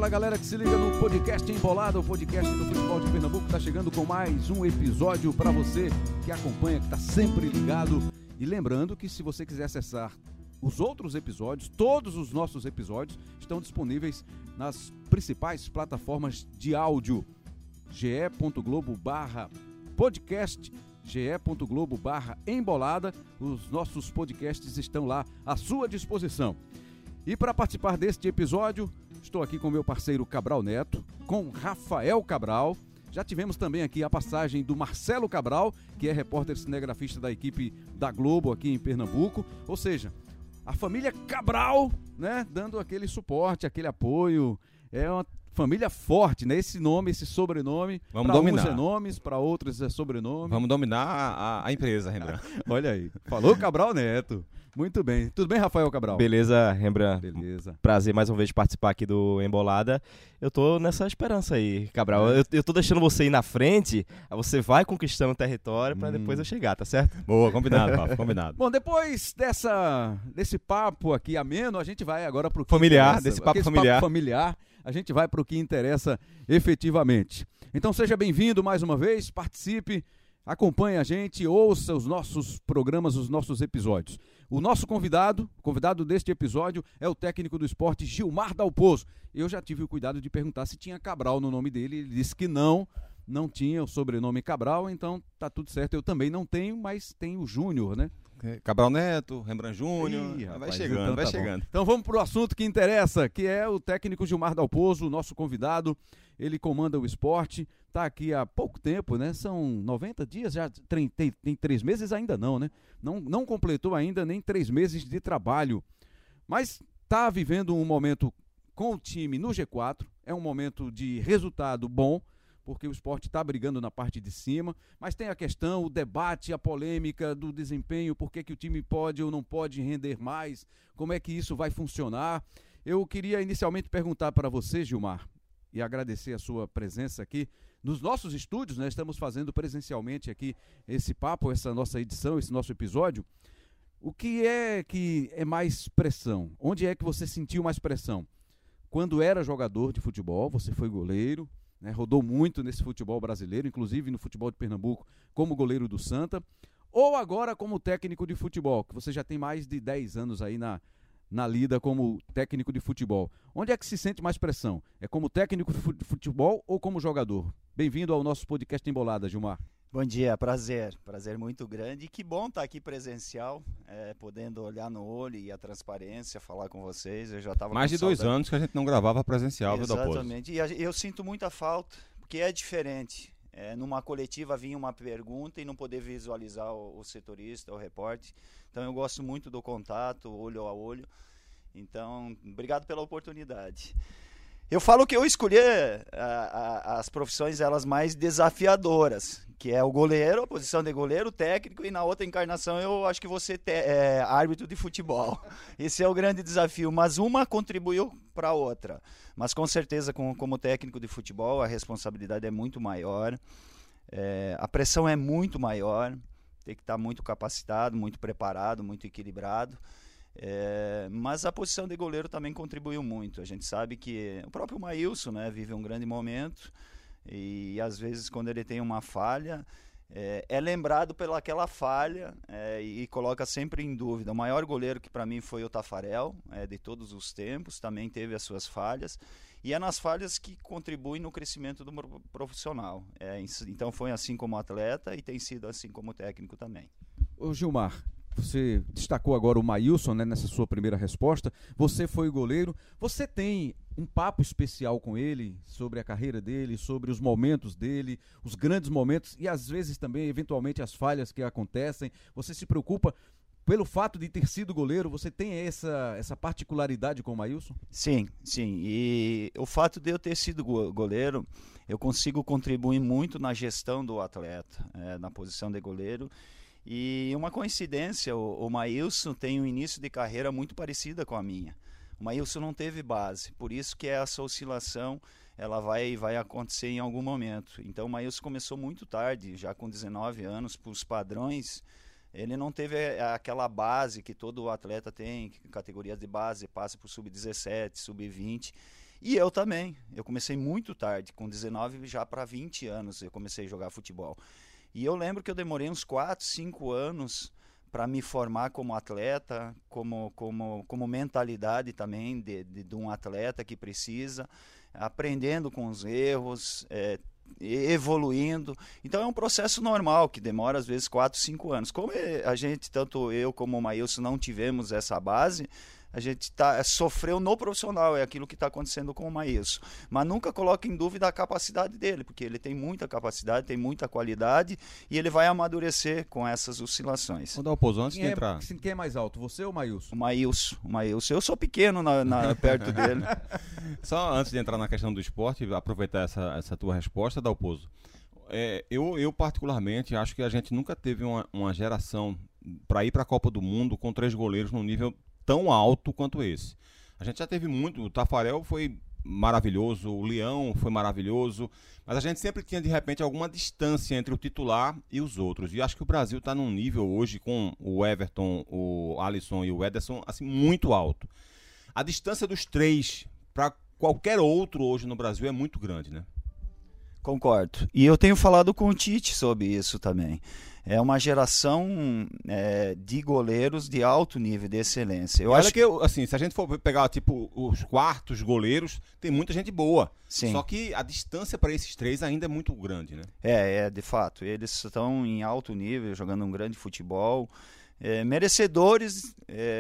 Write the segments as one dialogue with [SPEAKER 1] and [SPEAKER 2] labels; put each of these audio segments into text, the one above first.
[SPEAKER 1] galera que se liga no podcast Embolada, o podcast do futebol de Pernambuco, está chegando com mais um episódio para você que acompanha, que está sempre ligado. E lembrando que se você quiser acessar os outros episódios, todos os nossos episódios estão disponíveis nas principais plataformas de áudio, ge.globo/podcast, ge.globo/embolada. Os nossos podcasts estão lá à sua disposição. E para participar deste episódio, estou aqui com meu parceiro Cabral Neto, com Rafael Cabral. Já tivemos também aqui a passagem do Marcelo Cabral, que é repórter cinegrafista da equipe da Globo aqui em Pernambuco. Ou seja, a família Cabral, né, dando aquele suporte, aquele apoio. É uma família forte, né? Esse nome, esse sobrenome.
[SPEAKER 2] Vamos dominar.
[SPEAKER 1] Uns é nomes, para outros é sobrenome.
[SPEAKER 2] Vamos dominar a empresa, Rembrandt.
[SPEAKER 1] Olha aí, falou Cabral Neto. Muito bem. Tudo bem, Rafael Cabral?
[SPEAKER 3] Beleza, Rembrandt.
[SPEAKER 1] Beleza.
[SPEAKER 3] Prazer mais uma vez de participar aqui do Embolada. Eu tô nessa esperança aí, Cabral. Eu tô deixando você ir na frente, aí você vai conquistando o território pra depois eu chegar, tá certo?
[SPEAKER 2] Boa, combinado, Rafa, combinado.
[SPEAKER 1] Bom, depois desse papo aqui ameno, a gente vai agora pro que
[SPEAKER 2] familiar,
[SPEAKER 1] interessa.
[SPEAKER 2] desse papo
[SPEAKER 1] Esse
[SPEAKER 2] familiar.
[SPEAKER 1] Papo familiar, a gente vai pro que interessa efetivamente. Então seja bem-vindo mais uma vez, participe, acompanhe a gente, ouça os nossos programas, os nossos episódios. O nosso convidado deste episódio é o técnico do esporte Gilmar Dalpozo. Eu já tive o cuidado de perguntar se tinha Cabral no nome dele, ele disse que não tinha o sobrenome Cabral, então tá tudo certo. Eu também não tenho, mas tem o Júnior, né?
[SPEAKER 2] Cabral Neto, Rembrandt Júnior,
[SPEAKER 1] Ih, rapaz,
[SPEAKER 2] vai chegando,
[SPEAKER 1] então
[SPEAKER 2] vai
[SPEAKER 1] tá bom.
[SPEAKER 2] chegando.
[SPEAKER 1] Então vamos pro assunto que interessa, que é o técnico Gilmar Dalpozo, o nosso convidado. Ele comanda o esporte, está aqui há pouco tempo, né? São 90 dias, já tem 3 meses ainda não, né? Não completou ainda nem 3 meses de trabalho. Mas está vivendo um momento com o time no G4, é um momento de resultado bom, porque o esporte está brigando na parte de cima, mas tem a questão, o debate, a polêmica do desempenho, por que o time pode ou não pode render mais, como é que isso vai funcionar. Eu queria inicialmente perguntar para você, Gilmar, e agradecer a sua presença aqui nos nossos estúdios, né? Estamos fazendo presencialmente aqui esse papo, essa nossa edição, esse nosso episódio. O que é mais pressão? Onde é que você sentiu mais pressão? Quando era jogador de futebol, você foi goleiro, né? Rodou muito nesse futebol brasileiro, inclusive no futebol de Pernambuco, como goleiro do Santa, ou agora como técnico de futebol, que você já tem mais de 10 anos aí na lida como técnico de futebol. Onde é que se sente mais pressão? É como técnico de futebol ou como jogador? Bem-vindo ao nosso podcast Embolada, Gilmar.
[SPEAKER 4] Bom dia, prazer muito grande. E que bom estar aqui presencial, podendo olhar no olho e a transparência, falar com vocês. Eu já estava
[SPEAKER 2] Mais de 2 anos que a gente não gravava presencial, viu, Dalpozo?
[SPEAKER 4] Exatamente, e eu sinto muita falta, porque é diferente. Numa coletiva vinha uma pergunta e não poder visualizar o setorista, o repórter. Então eu gosto muito do contato, olho a olho. Então, obrigado pela oportunidade. Eu falo que eu escolhi as profissões elas mais desafiadoras, que é o goleiro, a posição de goleiro, técnico, e na outra encarnação eu acho que você é árbitro de futebol. Esse é o grande desafio, mas uma contribuiu para a outra. Mas com certeza, como técnico de futebol, a responsabilidade é muito maior, a pressão é muito maior, tem que estar muito capacitado, muito preparado, muito equilibrado. Mas a posição de goleiro também contribuiu muito. A gente sabe que o próprio Maílson, né, vive um grande momento e às vezes quando ele tem uma falha é lembrado pelaquela falha e coloca sempre em dúvida. O maior goleiro que para mim foi o Tafarel, de todos os tempos, também teve as suas falhas e é nas falhas que contribui no crescimento do profissional. Então foi assim como atleta e tem sido assim como técnico também.
[SPEAKER 1] Ô Gilmar, você destacou agora o Maílson, né, nessa sua primeira resposta. Você foi goleiro. Você tem um papo especial com ele sobre a carreira dele, sobre os momentos dele, os grandes momentos e às vezes também, eventualmente, as falhas que acontecem. Você se preocupa pelo fato de ter sido goleiro? Você tem essa particularidade com o Maílson?
[SPEAKER 4] Sim. E o fato de eu ter sido goleiro, eu consigo contribuir muito na gestão do atleta, na posição de goleiro. E uma coincidência, o Maílson tem um início de carreira muito parecida com a minha. O Maílson não teve base, por isso que essa oscilação ela vai acontecer em algum momento. Então o Maílson começou muito tarde, já com 19 anos, para os padrões. Ele não teve aquela base que todo atleta tem, categorias de base, passa para o sub-17, sub-20. E eu também. Eu comecei muito tarde, com 19 já para 20 anos eu comecei a jogar futebol. E eu lembro que eu demorei uns 4, 5 anos para me formar como atleta, como mentalidade também de um atleta que precisa, aprendendo com os erros, evoluindo. Então é um processo normal, que demora às vezes 4, 5 anos. Como a gente, tanto eu como o Maílson, não tivemos essa base, a gente sofreu no profissional, é aquilo que está acontecendo com o Maílson. Mas nunca coloca em dúvida a capacidade dele, porque ele tem muita capacidade, tem muita qualidade e ele vai amadurecer com essas oscilações.
[SPEAKER 2] Vou dar o pouso antes de entrar.
[SPEAKER 1] Quem é mais alto, você ou o Maílson?
[SPEAKER 4] O Maílson. Eu sou pequeno perto dele.
[SPEAKER 2] Só antes de entrar na questão do esporte, aproveitar essa tua resposta, Dalpozo. Eu particularmente acho que a gente nunca teve uma geração para ir para a Copa do Mundo com 3 goleiros num nível tão alto quanto esse. A gente já teve muito, o Tafarel foi maravilhoso, o Leão foi maravilhoso, mas a gente sempre tinha de repente alguma distância entre o titular e os outros. E acho que o Brasil está num nível hoje com o Everton, o Alisson e o Ederson assim muito alto. A distância dos 3 para qualquer outro hoje no Brasil é muito grande, né?
[SPEAKER 4] Concordo. E eu tenho falado com o Tite sobre isso também. É uma geração de goleiros de alto nível, de excelência. Eu acho
[SPEAKER 2] que, assim, se a gente for pegar tipo os quartos goleiros, tem muita gente boa.
[SPEAKER 4] Sim.
[SPEAKER 2] Só que a distância para esses 3 ainda é muito grande, né?
[SPEAKER 4] De fato. Eles estão em alto nível, jogando um grande futebol. Merecedores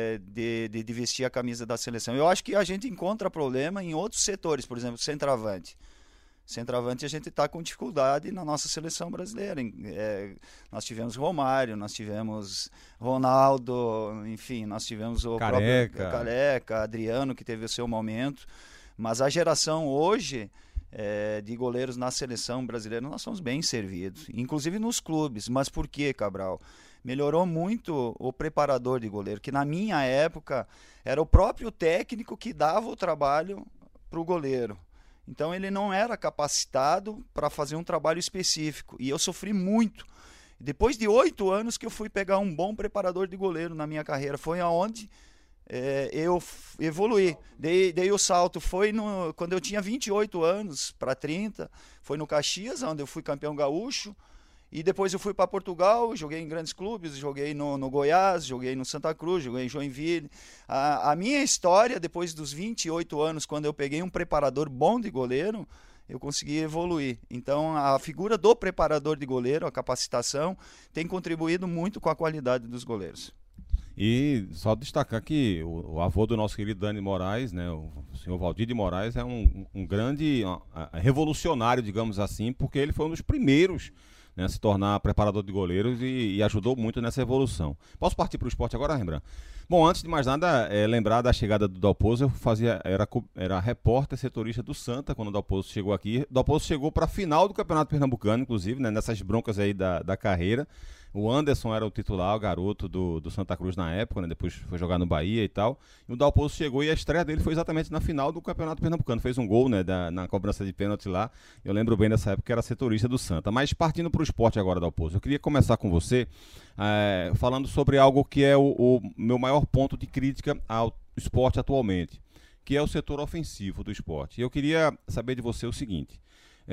[SPEAKER 4] de vestir a camisa da seleção. Eu acho que a gente encontra problema em outros setores, por exemplo, centroavante. Centroavante a gente está com dificuldade na nossa seleção brasileira. Nós tivemos Romário, nós tivemos Ronaldo, enfim, nós tivemos o próprio Careca, Adriano, que teve o seu momento. Mas a geração hoje de goleiros na seleção brasileira, nós somos bem servidos, inclusive nos clubes. Mas por quê, Cabral? Melhorou muito o preparador de goleiro, que na minha época era o próprio técnico que dava o trabalho para o goleiro. Então ele não era capacitado para fazer um trabalho específico. E eu sofri muito. Depois de 8 anos que eu fui pegar um bom preparador de goleiro na minha carreira. Foi aonde eu evoluí. Dei o salto. Foi quando eu tinha 28 anos para 30. Foi no Caxias, onde eu fui campeão gaúcho. E depois eu fui para Portugal, joguei em grandes clubes, joguei no Goiás, joguei no Santa Cruz, joguei em Joinville. A minha história, depois dos 28 anos, quando eu peguei um preparador bom de goleiro, eu consegui evoluir. Então, a figura do preparador de goleiro, a capacitação, tem contribuído muito com a qualidade dos goleiros.
[SPEAKER 2] E só destacar que o avô do nosso querido Dani Moraes, né, o senhor Valdir de Moraes, é um grande revolucionário, digamos assim, porque ele foi um dos primeiros, né, a se tornar preparador de goleiros e ajudou muito nessa evolução. Posso partir para o esporte agora, Rembrandt? Bom, antes de mais nada, lembrar da chegada do Dalpozo, eu era repórter setorista do Santa quando o Dalpozo chegou aqui. O Dalpozo chegou para a final do Campeonato Pernambucano, inclusive, né, nessas broncas aí da carreira. O Anderson era o titular, o garoto do Santa Cruz na época, né? Depois foi jogar no Bahia e tal. E o Dalpozo chegou e a estreia dele foi exatamente na final do Campeonato Pernambucano. Fez um gol, né, na cobrança de pênalti lá. Eu lembro bem dessa época que era setorista do Santa. Mas partindo para o esporte agora, Dalpozo, eu queria começar com você falando sobre algo que é o meu maior ponto de crítica ao esporte atualmente, que é o setor ofensivo do esporte. E eu queria saber de você o seguinte: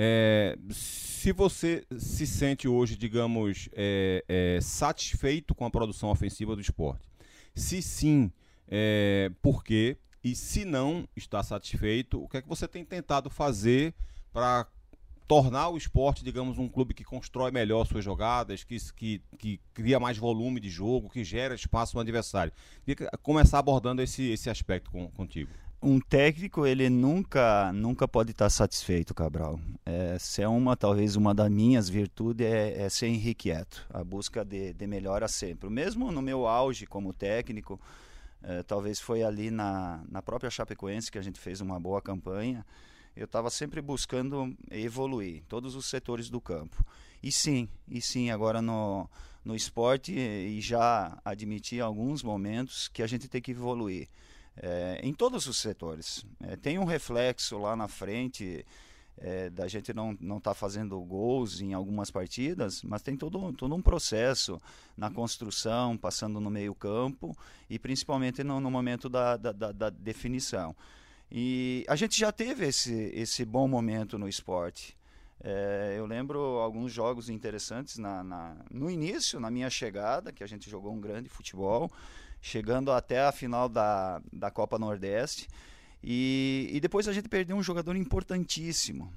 [SPEAKER 2] se você se sente hoje, digamos, satisfeito com a produção ofensiva do esporte. Se sim, por quê? E se não está satisfeito, o que é que você tem tentado fazer para tornar o esporte, digamos, um clube que constrói melhor suas jogadas, que cria mais volume de jogo, que gera espaço no adversário? Queria começar abordando esse aspecto contigo.
[SPEAKER 4] Um técnico, ele nunca pode estar satisfeito, Cabral. Talvez uma das minhas virtudes é ser inquieto, a busca de melhora sempre. Mesmo no meu auge como técnico, talvez foi ali na própria Chapecoense que a gente fez uma boa campanha, eu estava sempre buscando evoluir em todos os setores do campo. E sim, agora no esporte, e já admiti em alguns momentos que a gente tem que evoluir. Em todos os setores. Tem um reflexo lá na frente da gente não estar fazendo gols em algumas partidas, mas tem todo um processo na construção, passando no meio campo e principalmente no momento da definição. E a gente já teve esse bom momento no esporte. Eu lembro alguns jogos interessantes no início, na minha chegada, que a gente jogou um grande futebol, chegando até a final da Copa Nordeste. E depois a gente perdeu um jogador importantíssimo,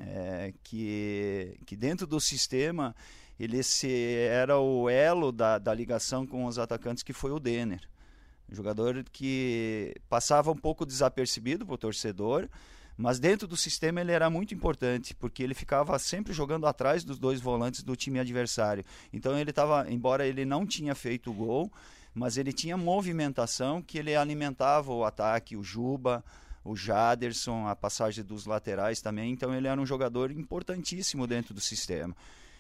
[SPEAKER 4] que dentro do sistema ele era o elo da ligação com os atacantes, que foi o Denner. Um jogador que passava um pouco desapercebido para o torcedor, mas dentro do sistema ele era muito importante, porque ele ficava sempre jogando atrás dos dois volantes do time adversário. Então ele estava, embora ele não tinha feito o gol, mas ele tinha movimentação que ele alimentava o ataque, o Juba, o Jaderson, a passagem dos laterais também. Então ele era um jogador importantíssimo dentro do sistema.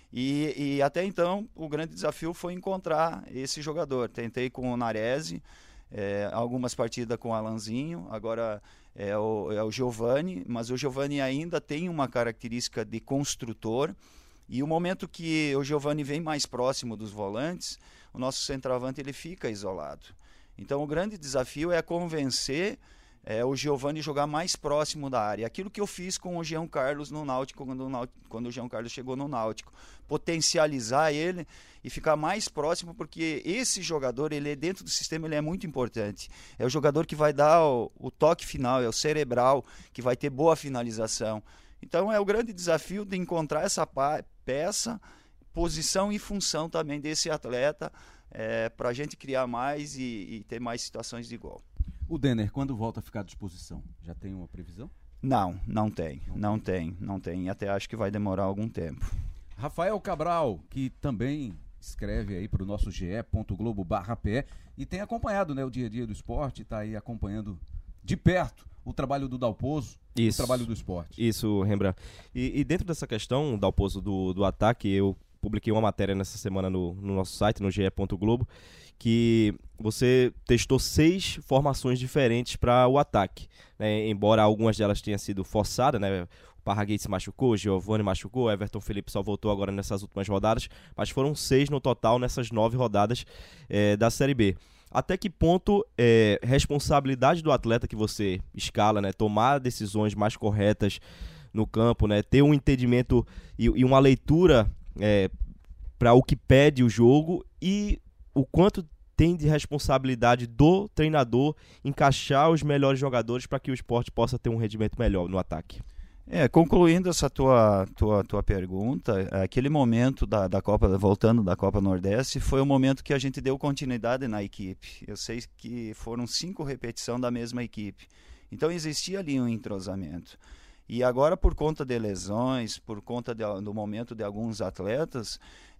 [SPEAKER 4] E até então o grande desafio foi encontrar esse jogador. Tentei com o Narese, algumas partidas com o Alanzinho, agora é o Giovani, mas o Giovani ainda tem uma característica de construtor, e o momento que o Giovani vem mais próximo dos volantes, o nosso centroavante ele fica isolado. Então o grande desafio é convencer o Giovani jogar mais próximo da área. Aquilo que eu fiz com o Jean Carlos no Náutico, quando o Jean Carlos chegou no Náutico. Potencializar ele e ficar mais próximo, porque esse jogador, ele dentro do sistema, ele é muito importante. É o jogador que vai dar o toque final, é o cerebral, que vai ter boa finalização. Então é o grande desafio de encontrar essa peça, posição e função também desse atleta, para a gente criar mais e ter mais situações de gol.
[SPEAKER 1] O Denner, quando volta a ficar à disposição? Já tem uma previsão?
[SPEAKER 4] Não tem. Até acho que vai demorar algum tempo.
[SPEAKER 1] Rafael Cabral, que também escreve aí para o nosso ge.globo/pe e tem acompanhado, né, o dia a dia do esporte, está aí acompanhando de perto o trabalho do Dalpozo, o trabalho do esporte.
[SPEAKER 3] Isso, Rembrandt. E dentro dessa questão, Dalpozo, do ataque, eu publiquei uma matéria nessa semana no nosso site, no ge.globo, que você testou 6 formações diferentes para o ataque, né? Embora algumas delas tenham sido forçadas, né? O Parraguete se machucou, o Giovani machucou, o Everton Felipe só voltou agora nessas últimas rodadas, mas foram 6 no total nessas 9 rodadas da Série B. Até que ponto responsabilidade do atleta que você escala, né? Tomar decisões mais corretas no campo, né? Ter um entendimento e uma leitura para o que pede o jogo, e o quanto tem de responsabilidade do treinador encaixar os melhores jogadores para que o esporte possa ter um rendimento melhor no ataque.
[SPEAKER 4] Concluindo essa tua pergunta, aquele momento da Copa, voltando da Copa Nordeste, foi o momento que a gente deu continuidade na equipe. Eu sei que foram 5 repetições da mesma equipe. Então existia ali um entrosamento. E agora, por conta de lesões, por conta do momento de alguns atletas,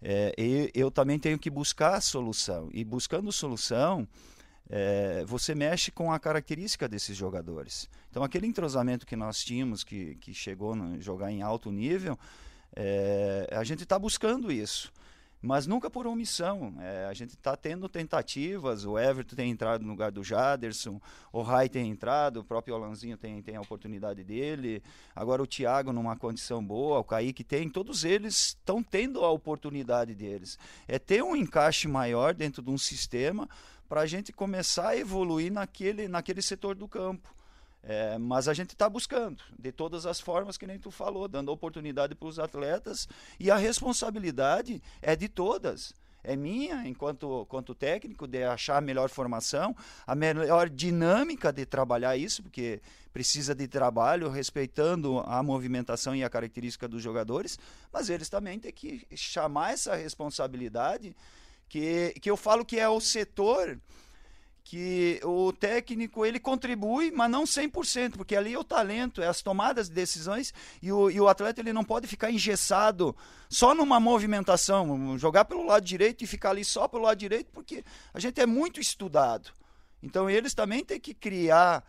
[SPEAKER 4] eu também tenho que buscar a solução. E buscando solução, você mexe com a característica desses jogadores. Então, aquele entrosamento que nós tínhamos, que chegou a jogar em alto nível, a gente está buscando isso. Mas nunca por omissão. A gente está tendo tentativas, o Everton tem entrado no lugar do Jaderson, o Rai tem entrado, o próprio Alanzinho tem a oportunidade dele, agora o Thiago numa condição boa, o Kaique tem, todos eles estão tendo a oportunidade deles. É ter um encaixe maior dentro de um sistema para a gente começar a evoluir naquele setor do campo. Mas a gente está buscando, de todas as formas que nem tu falou, dando oportunidade para os atletas, e a responsabilidade é de todas. É minha, enquanto técnico, de achar a melhor formação, a melhor dinâmica de trabalhar isso, porque precisa de trabalho, respeitando a movimentação e a característica dos jogadores, mas eles também têm que chamar essa responsabilidade, que eu falo que é o setor que o técnico ele contribui, mas não 100%, porque ali é o talento, é as tomadas de decisões, e o atleta ele não pode ficar engessado só numa movimentação, jogar pelo lado direito e ficar ali só pelo lado direito, porque a gente é muito estudado. Então eles também têm que criar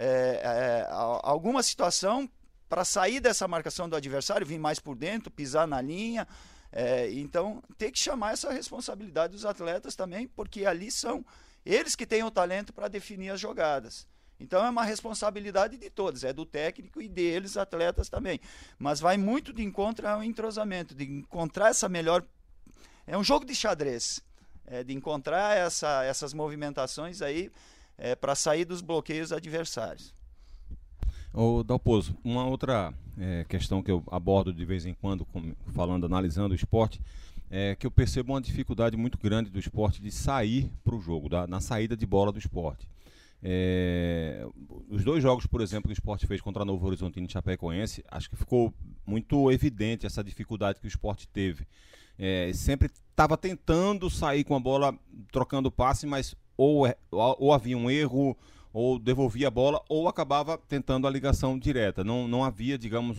[SPEAKER 4] alguma situação para sair dessa marcação do adversário, vir mais por dentro, pisar na linha. Então tem que chamar essa responsabilidade dos atletas também, porque ali são eles que têm o talento para definir as jogadas. Então é uma responsabilidade de todos, é do técnico e deles, atletas também. Mas vai muito de encontro ao entrosamento, de encontrar essa melhor... É um jogo de xadrez, de encontrar essas movimentações aí para sair dos bloqueios adversários.
[SPEAKER 2] Ô, Dalpozo, uma outra questão que eu abordo de vez em quando, analisando o esporte, é que eu percebo uma dificuldade muito grande do esporte de sair para o jogo, na saída de bola do esporte. Os 2 jogos, por exemplo, que o esporte fez contra Novo Horizontino e Chapecoense, acho que ficou muito evidente essa dificuldade que o esporte teve. Sempre estava tentando sair com a bola, trocando passe, mas ou havia um erro, ou devolvia a bola, ou acabava tentando a ligação direta. Não havia, digamos,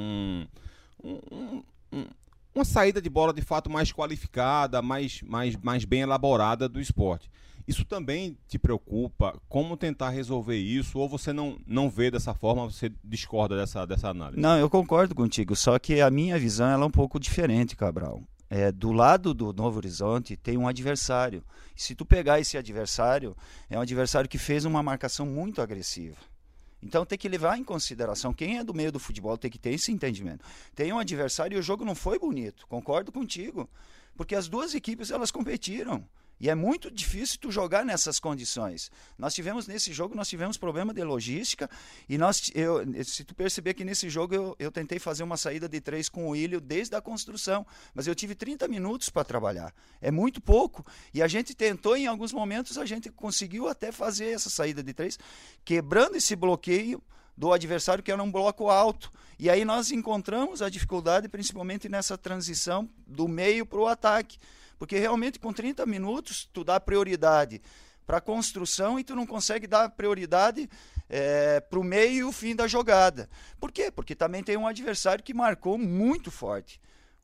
[SPEAKER 2] uma saída de bola de fato mais qualificada, mais bem elaborada do esporte. Isso também te preocupa? Como tentar resolver isso? Ou você não vê dessa forma, você discorda dessa análise?
[SPEAKER 4] Não, eu concordo contigo, só que a minha visão ela é um pouco diferente, Cabral. Do lado do Novo Horizonte tem um adversário. Se tu pegar esse adversário, é um adversário que fez uma marcação muito agressiva. Então tem que levar em consideração, quem é do meio do futebol tem que ter esse entendimento. Tem um adversário e o jogo não foi bonito, concordo contigo, porque as duas equipes elas competiram. E é muito difícil tu jogar nessas condições. Nesse jogo nós tivemos problema de logística e se tu perceber que nesse jogo eu tentei fazer uma saída de 3 com o Ilho desde a construção, mas eu tive 30 minutos para trabalhar. É muito pouco. E a gente tentou, em alguns momentos, a gente conseguiu até fazer essa saída de 3, quebrando esse bloqueio do adversário, que era um bloco alto. E aí nós encontramos a dificuldade, principalmente nessa transição do meio para o ataque. Porque realmente com 30 minutos tu dá prioridade para a construção e tu não consegue dar prioridade para o meio e o fim da jogada. Por quê? Porque também tem um adversário que marcou muito forte.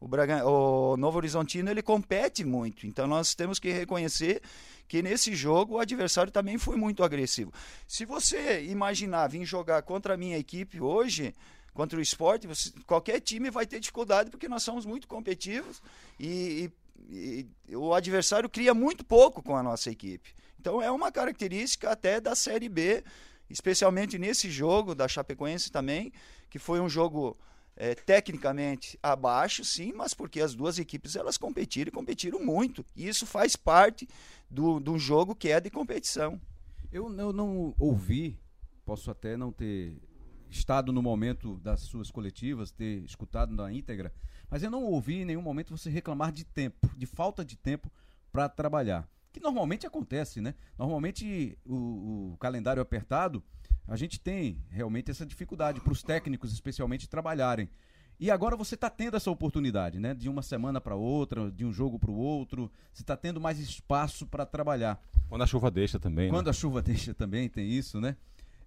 [SPEAKER 4] O Novo Horizontino ele compete muito, então nós temos que reconhecer que nesse jogo o adversário também foi muito agressivo. Se você imaginar vir jogar contra a minha equipe hoje, contra o Sport, qualquer time vai ter dificuldade porque nós somos muito competitivos e o adversário cria muito pouco com a nossa equipe. Então é uma característica até da Série B, especialmente nesse jogo da Chapecoense também, que foi um jogo tecnicamente abaixo, sim, mas porque as duas equipes elas competiram muito. E isso faz parte do jogo que é de competição.
[SPEAKER 1] Eu não ouvi, posso até não ter estado no momento das suas coletivas, ter escutado na íntegra, mas eu não ouvi em nenhum momento você reclamar de tempo, de falta de tempo para trabalhar. Que normalmente acontece, né? Normalmente o calendário apertado, a gente tem realmente essa dificuldade para os técnicos, especialmente, trabalharem. E agora você está tendo essa oportunidade, né? De uma semana para outra, de um jogo para o outro, você está tendo mais espaço para trabalhar.
[SPEAKER 2] Quando a chuva deixa também,
[SPEAKER 1] Quando a chuva deixa também, tem isso, né?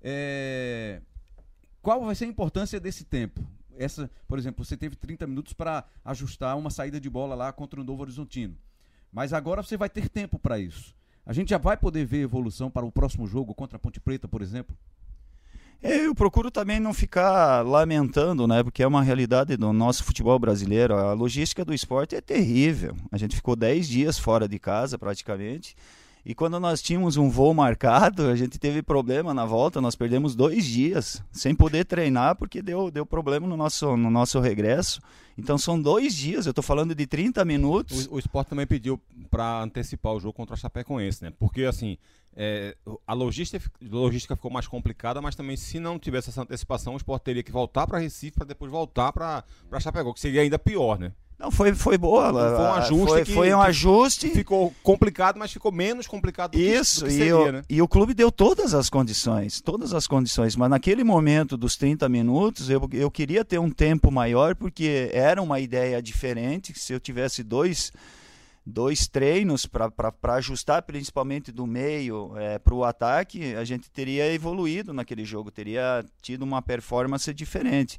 [SPEAKER 1] Qual vai ser a importância desse tempo? Por exemplo, você teve 30 minutos para ajustar uma saída de bola lá contra o Novo Horizontino. Mas agora você vai ter tempo para isso. A gente já vai poder ver evolução para o próximo jogo contra a Ponte Preta, por exemplo?
[SPEAKER 4] Eu procuro também não ficar lamentando, né? Porque é uma realidade do nosso futebol brasileiro. A logística do esporte é terrível. A gente ficou 10 dias fora de casa praticamente. E quando nós tínhamos um voo marcado, a gente teve problema na volta, nós perdemos 2 dias sem poder treinar porque deu problema no nosso regresso. Então são 2 dias, eu estou falando de 30 minutos.
[SPEAKER 2] O Sport também pediu para antecipar o jogo contra a Chapecoense, né? Porque assim, a logística ficou mais complicada, mas também se não tivesse essa antecipação, o Sport teria que voltar para Recife para depois voltar para Chapecoense, que seria ainda pior, né?
[SPEAKER 4] Não, foi boa.
[SPEAKER 2] Foi um ajuste.
[SPEAKER 4] Foi um ajuste.
[SPEAKER 2] Ficou complicado, mas ficou menos complicado do que seria, né?
[SPEAKER 4] E o clube deu todas as condições. Mas naquele momento dos 30 minutos, eu queria ter um tempo maior, porque era uma ideia diferente. Se eu tivesse dois treinos para ajustar, principalmente do meio para o ataque, a gente teria evoluído naquele jogo, teria tido uma performance diferente.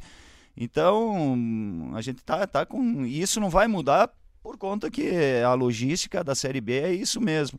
[SPEAKER 4] Então, a gente tá com... Isso não vai mudar por conta que a logística da Série B é isso mesmo.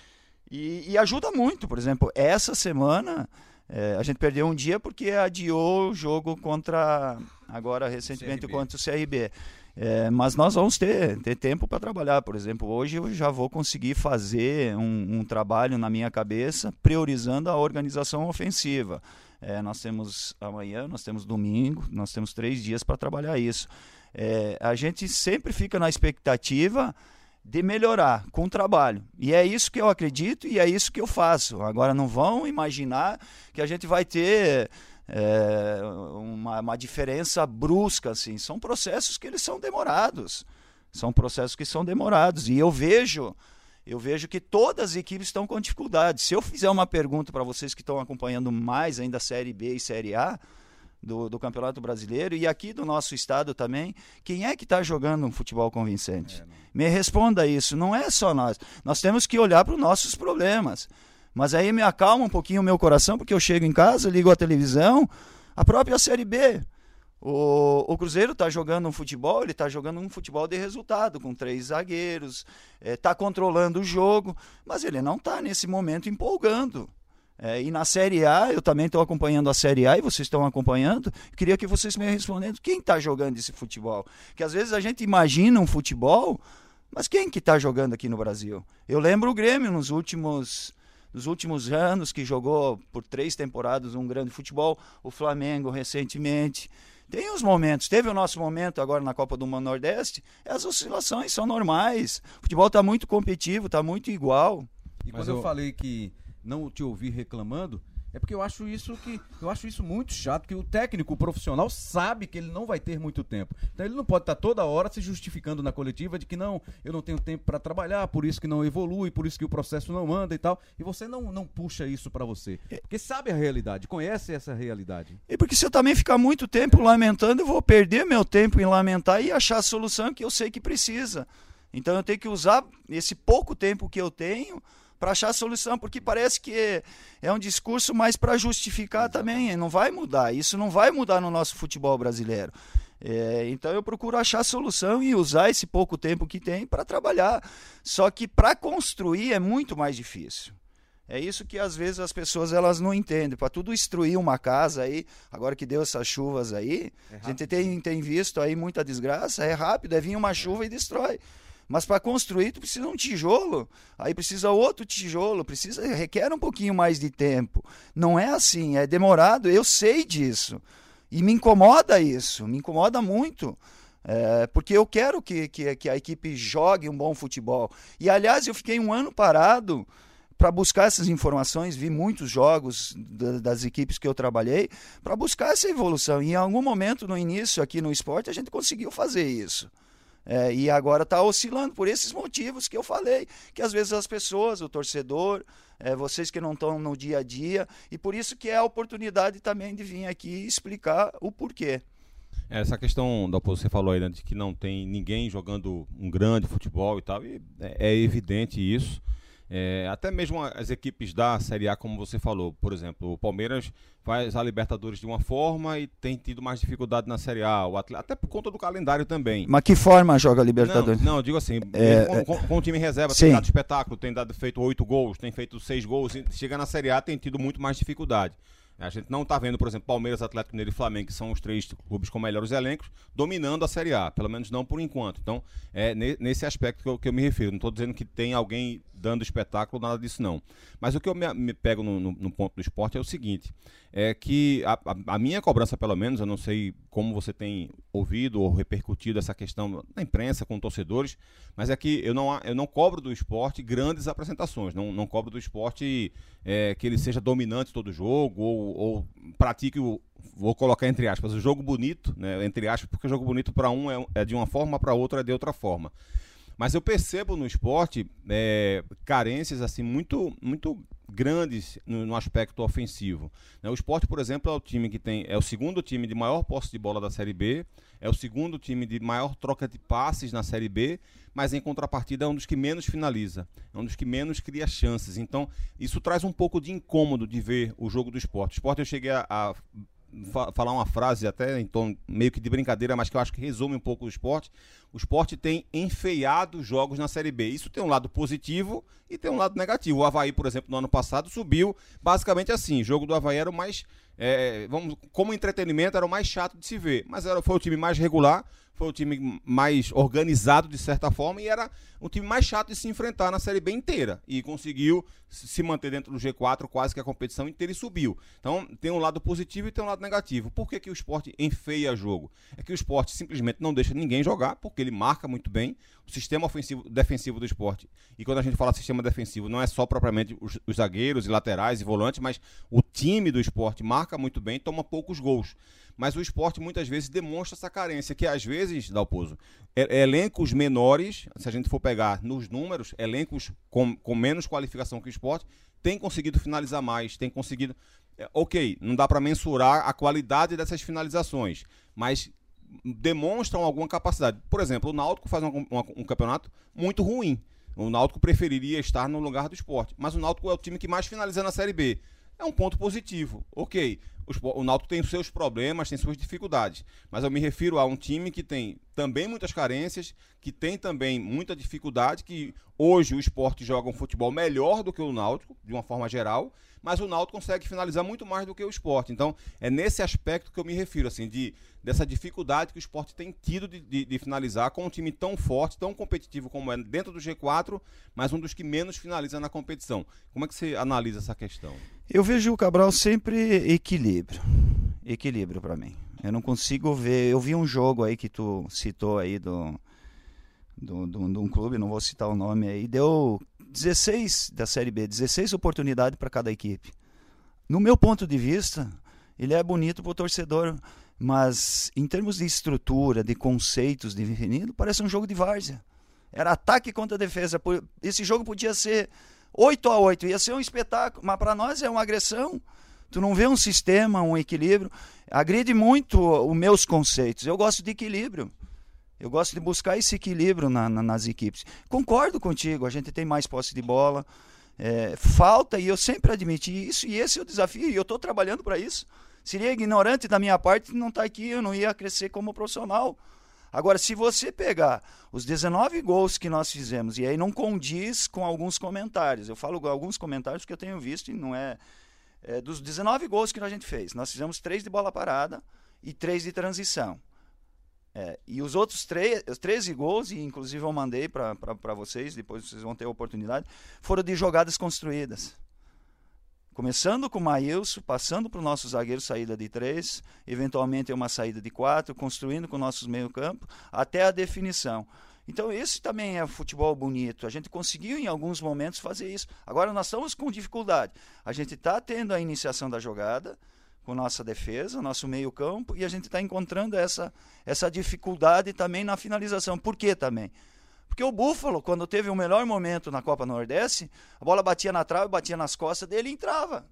[SPEAKER 4] E ajuda muito. Por exemplo, essa semana a gente perdeu um dia porque adiou o jogo agora recentemente contra o CRB. Mas nós vamos ter tempo para trabalhar. Por exemplo, hoje eu já vou conseguir fazer um trabalho na minha cabeça priorizando a organização ofensiva. Nós temos amanhã, nós temos domingo, nós temos 3 dias para trabalhar isso. A gente sempre fica na expectativa de melhorar com o trabalho. E é isso que eu acredito e é isso que eu faço. Agora, não vão imaginar que a gente vai ter uma diferença brusca, assim. São processos que eles são demorados. São processos que são demorados. E eu vejo que todas as equipes estão com dificuldade. Se eu fizer uma pergunta para vocês que estão acompanhando mais ainda a Série B e Série A do Campeonato Brasileiro, e aqui do nosso estado também, quem é que está jogando um futebol convincente? Me responda isso. Não é só nós. Nós temos que olhar para os nossos problemas. Mas aí me acalma um pouquinho o meu coração, porque eu chego em casa, ligo a televisão, a própria Série B. O Cruzeiro está jogando um futebol, ele está jogando um futebol de resultado, com 3 zagueiros, está controlando o jogo, mas ele não está nesse momento empolgando. E na Série A, eu também estou acompanhando a Série A e vocês estão acompanhando, eu queria que vocês me respondendo quem está jogando esse futebol. Porque às vezes a gente imagina um futebol, mas quem que está jogando aqui no Brasil? Eu lembro o Grêmio nos últimos anos, que jogou por 3 temporadas um grande futebol, o Flamengo recentemente. Tem os momentos, teve o nosso momento agora na Copa do Nordeste, as oscilações são normais, o futebol está muito competitivo, está muito igual.
[SPEAKER 1] E quando eu falei que não te ouvi reclamando, é porque eu acho isso muito chato, que o técnico profissional sabe que ele não vai ter muito tempo. Então ele não pode estar toda hora se justificando na coletiva de que não, eu não tenho tempo para trabalhar, por isso que não evolui, por isso que o processo não anda e tal. E você não puxa isso para você. Porque sabe a realidade, conhece essa realidade.
[SPEAKER 4] E porque se eu também ficar muito tempo lamentando, eu vou perder meu tempo em lamentar e achar a solução que eu sei que precisa. Então eu tenho que usar esse pouco tempo que eu tenho para achar a solução, porque parece que é um discurso mais para justificar também, não vai mudar, isso não vai mudar no nosso futebol brasileiro. Então eu procuro achar a solução e usar esse pouco tempo que tem para trabalhar, só que para construir é muito mais difícil. É isso que às vezes as pessoas elas não entendem. Para tudo destruir uma casa aí, agora que deu essas chuvas aí, a gente tem visto aí muita desgraça, é rápido, vir uma chuva e destrói. Mas para construir tu precisa um tijolo, aí precisa outro tijolo, requer um pouquinho mais de tempo. Não é assim, é demorado, eu sei disso. E me incomoda isso, me incomoda muito. Porque eu quero que a equipe jogue um bom futebol. E aliás, eu fiquei 1 ano parado para buscar essas informações, vi muitos jogos das equipes que eu trabalhei, para buscar essa evolução. E em algum momento no início aqui no esporte a gente conseguiu fazer isso. E agora está oscilando por esses motivos que eu falei, que às vezes as pessoas, o torcedor, vocês que não estão no dia a dia, e por isso que é a oportunidade também de vir aqui explicar o porquê.
[SPEAKER 2] Essa questão da você falou aí, né, de que não tem ninguém jogando um grande futebol e tal, e é evidente isso. Até mesmo as equipes da Série A, como você falou, por exemplo, o Palmeiras faz a Libertadores de uma forma e tem tido mais dificuldade na Série A, até por conta do calendário também.
[SPEAKER 4] Mas que forma joga a Libertadores?
[SPEAKER 2] Não, eu digo assim, com o time reserva,
[SPEAKER 4] sim,
[SPEAKER 2] tem dado espetáculo, tem feito 8 gols, tem feito 6 gols, chega na Série A tem tido muito mais dificuldade. A gente não está vendo, por exemplo, Palmeiras, Atlético Mineiro e Flamengo, que são os 3 clubes com melhores elencos, dominando a Série A, pelo menos não por enquanto. Então, é nesse aspecto que eu me refiro. Não estou dizendo que tem alguém dando espetáculo, nada disso não. Mas o que eu me pego no ponto do esporte é o seguinte, é que a minha cobrança, pelo menos, eu não sei como você tem ouvido ou repercutido essa questão na imprensa, com torcedores, mas é que eu não cobro do esporte grandes apresentações, não cobro do esporte que ele seja dominante todo jogo ou pratique vou colocar entre aspas, o jogo bonito, né, entre aspas, porque o jogo bonito para um é de uma forma, para outro é de outra forma. Mas eu percebo no esporte carências assim, muito, muito grandes no aspecto ofensivo. O Sport, por exemplo, é o segundo time de maior posse de bola da Série B, é o segundo time de maior troca de passes na Série B, mas em contrapartida é um dos que menos finaliza, é um dos que menos cria chances. Então, isso traz um pouco de incômodo de ver o jogo do Sport. O Sport, eu cheguei a falar uma frase até em tom meio que de brincadeira, mas que eu acho que resume um pouco o Sport. O Sport tem enfeiado jogos na Série B. Isso tem um lado positivo e tem um lado negativo. O Avaí, por exemplo, no ano passado subiu basicamente assim. O jogo do Avaí era o mais, como entretenimento, era o mais chato de se ver. Mas foi o time mais regular, foi o time mais organizado de certa forma e era um time mais chato de se enfrentar na Série B inteira. E conseguiu se manter dentro do G4 quase que a competição inteira e subiu. Então tem um lado positivo e tem um lado negativo. Por que o Sport enfeia jogo? É que o Sport simplesmente não deixa ninguém jogar, porque ele marca muito bem o sistema defensivo do Sport. E quando a gente fala sistema defensivo, não é só propriamente os zagueiros e laterais e volantes, mas o time do Sport marca muito bem, toma poucos gols. Mas o Sport muitas vezes demonstra essa carência, que às vezes, Dalpozo, elencos menores, se a gente for pegar nos números, elencos com menos qualificação que o Sport, tem conseguido finalizar mais, tem conseguido... Ok, não dá para mensurar a qualidade dessas finalizações, mas demonstram alguma capacidade. Por exemplo, o Náutico faz um campeonato muito ruim. O Náutico preferiria estar no lugar do Sport, mas o Náutico é o time que mais finaliza na Série B. É um ponto positivo. Ok, o Náutico tem seus problemas, tem suas dificuldades, mas eu me refiro a um time que tem também muitas carências, que tem também muita dificuldade, que hoje o Sport joga um futebol melhor do que o Náutico, de uma forma geral, mas o Náutico consegue finalizar muito mais do que o Sport. Então, é nesse aspecto que eu me refiro, assim, dessa dificuldade que o Sport tem tido de finalizar com um time tão forte, tão competitivo como é dentro do G4, mas um dos que menos finaliza na competição. Como é que você analisa essa questão?
[SPEAKER 4] Eu vejo o Cabral sempre equilíbrio para mim. Eu não consigo ver, eu vi um jogo aí que tu citou aí de um clube, não vou citar o nome aí, deu 16 da Série B, 16 oportunidades para cada equipe. No meu ponto de vista, ele é bonito para o torcedor, mas em termos de estrutura, de conceitos definidos, parece um jogo de várzea. Era ataque contra defesa. Esse jogo podia ser 8-8, ia ser um espetáculo, mas para nós é uma agressão. Tu não vê um sistema, um equilíbrio. Agride muito os meus conceitos. Eu gosto de equilíbrio. Eu gosto de buscar esse equilíbrio nas equipes. Concordo contigo, a gente tem mais posse de bola. Falta, e eu sempre admiti isso, e esse é o desafio, e eu estou trabalhando para isso. Seria ignorante da minha parte não estar aqui, eu não ia crescer como profissional. Agora, se você pegar os 19 gols que nós fizemos, e aí não condiz com alguns comentários, eu falo alguns comentários que eu tenho visto, e não dos 19 gols que a gente fez, nós fizemos 3 de bola parada e 3 de transição. E os outros 13 gols, e inclusive eu mandei para vocês, depois vocês vão ter a oportunidade, foram de jogadas construídas. Começando com o Maílson, passando para o nosso zagueiro saída de 3, eventualmente uma saída de 4, construindo com nossos meio-campo, até a definição. Então esse também é futebol bonito. A gente conseguiu em alguns momentos fazer isso. Agora nós estamos com dificuldade. A gente está tendo a iniciação da jogada com nossa defesa, nosso meio-campo, e a gente está encontrando essa dificuldade também na finalização. Por que também? Porque o Búfalo, quando teve o melhor momento na Copa Nordeste, a bola batia na trave, batia nas costas dele e entrava.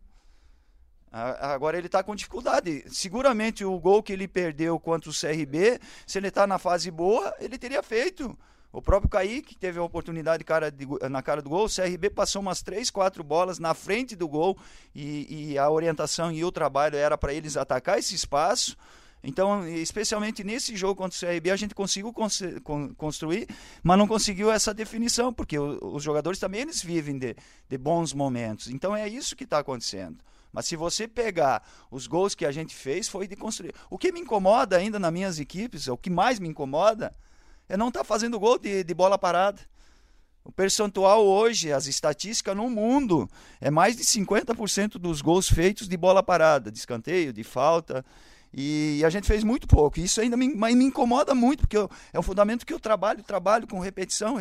[SPEAKER 4] Agora ele está com dificuldade. Seguramente o gol que ele perdeu contra o CRB, se ele está na fase boa, ele teria feito. O próprio Kaique teve a oportunidade na cara do gol, o CRB passou umas 3, 4 bolas na frente do gol e a orientação e o trabalho era para eles atacar esse espaço. Então, especialmente nesse jogo contra o CRB, a gente conseguiu construir, mas não conseguiu essa definição, porque os jogadores também eles vivem de bons momentos. Então, é isso que está acontecendo. Mas se você pegar os gols que a gente fez, foi de construir. O que me incomoda ainda nas minhas equipes, o que mais me incomoda, é não estar fazendo gol de bola parada. O percentual hoje, as estatísticas no mundo, é mais de 50% dos gols feitos de bola parada, de escanteio, de falta. E a gente fez muito pouco. Isso ainda me incomoda muito, porque é um fundamento que eu trabalho com repetição.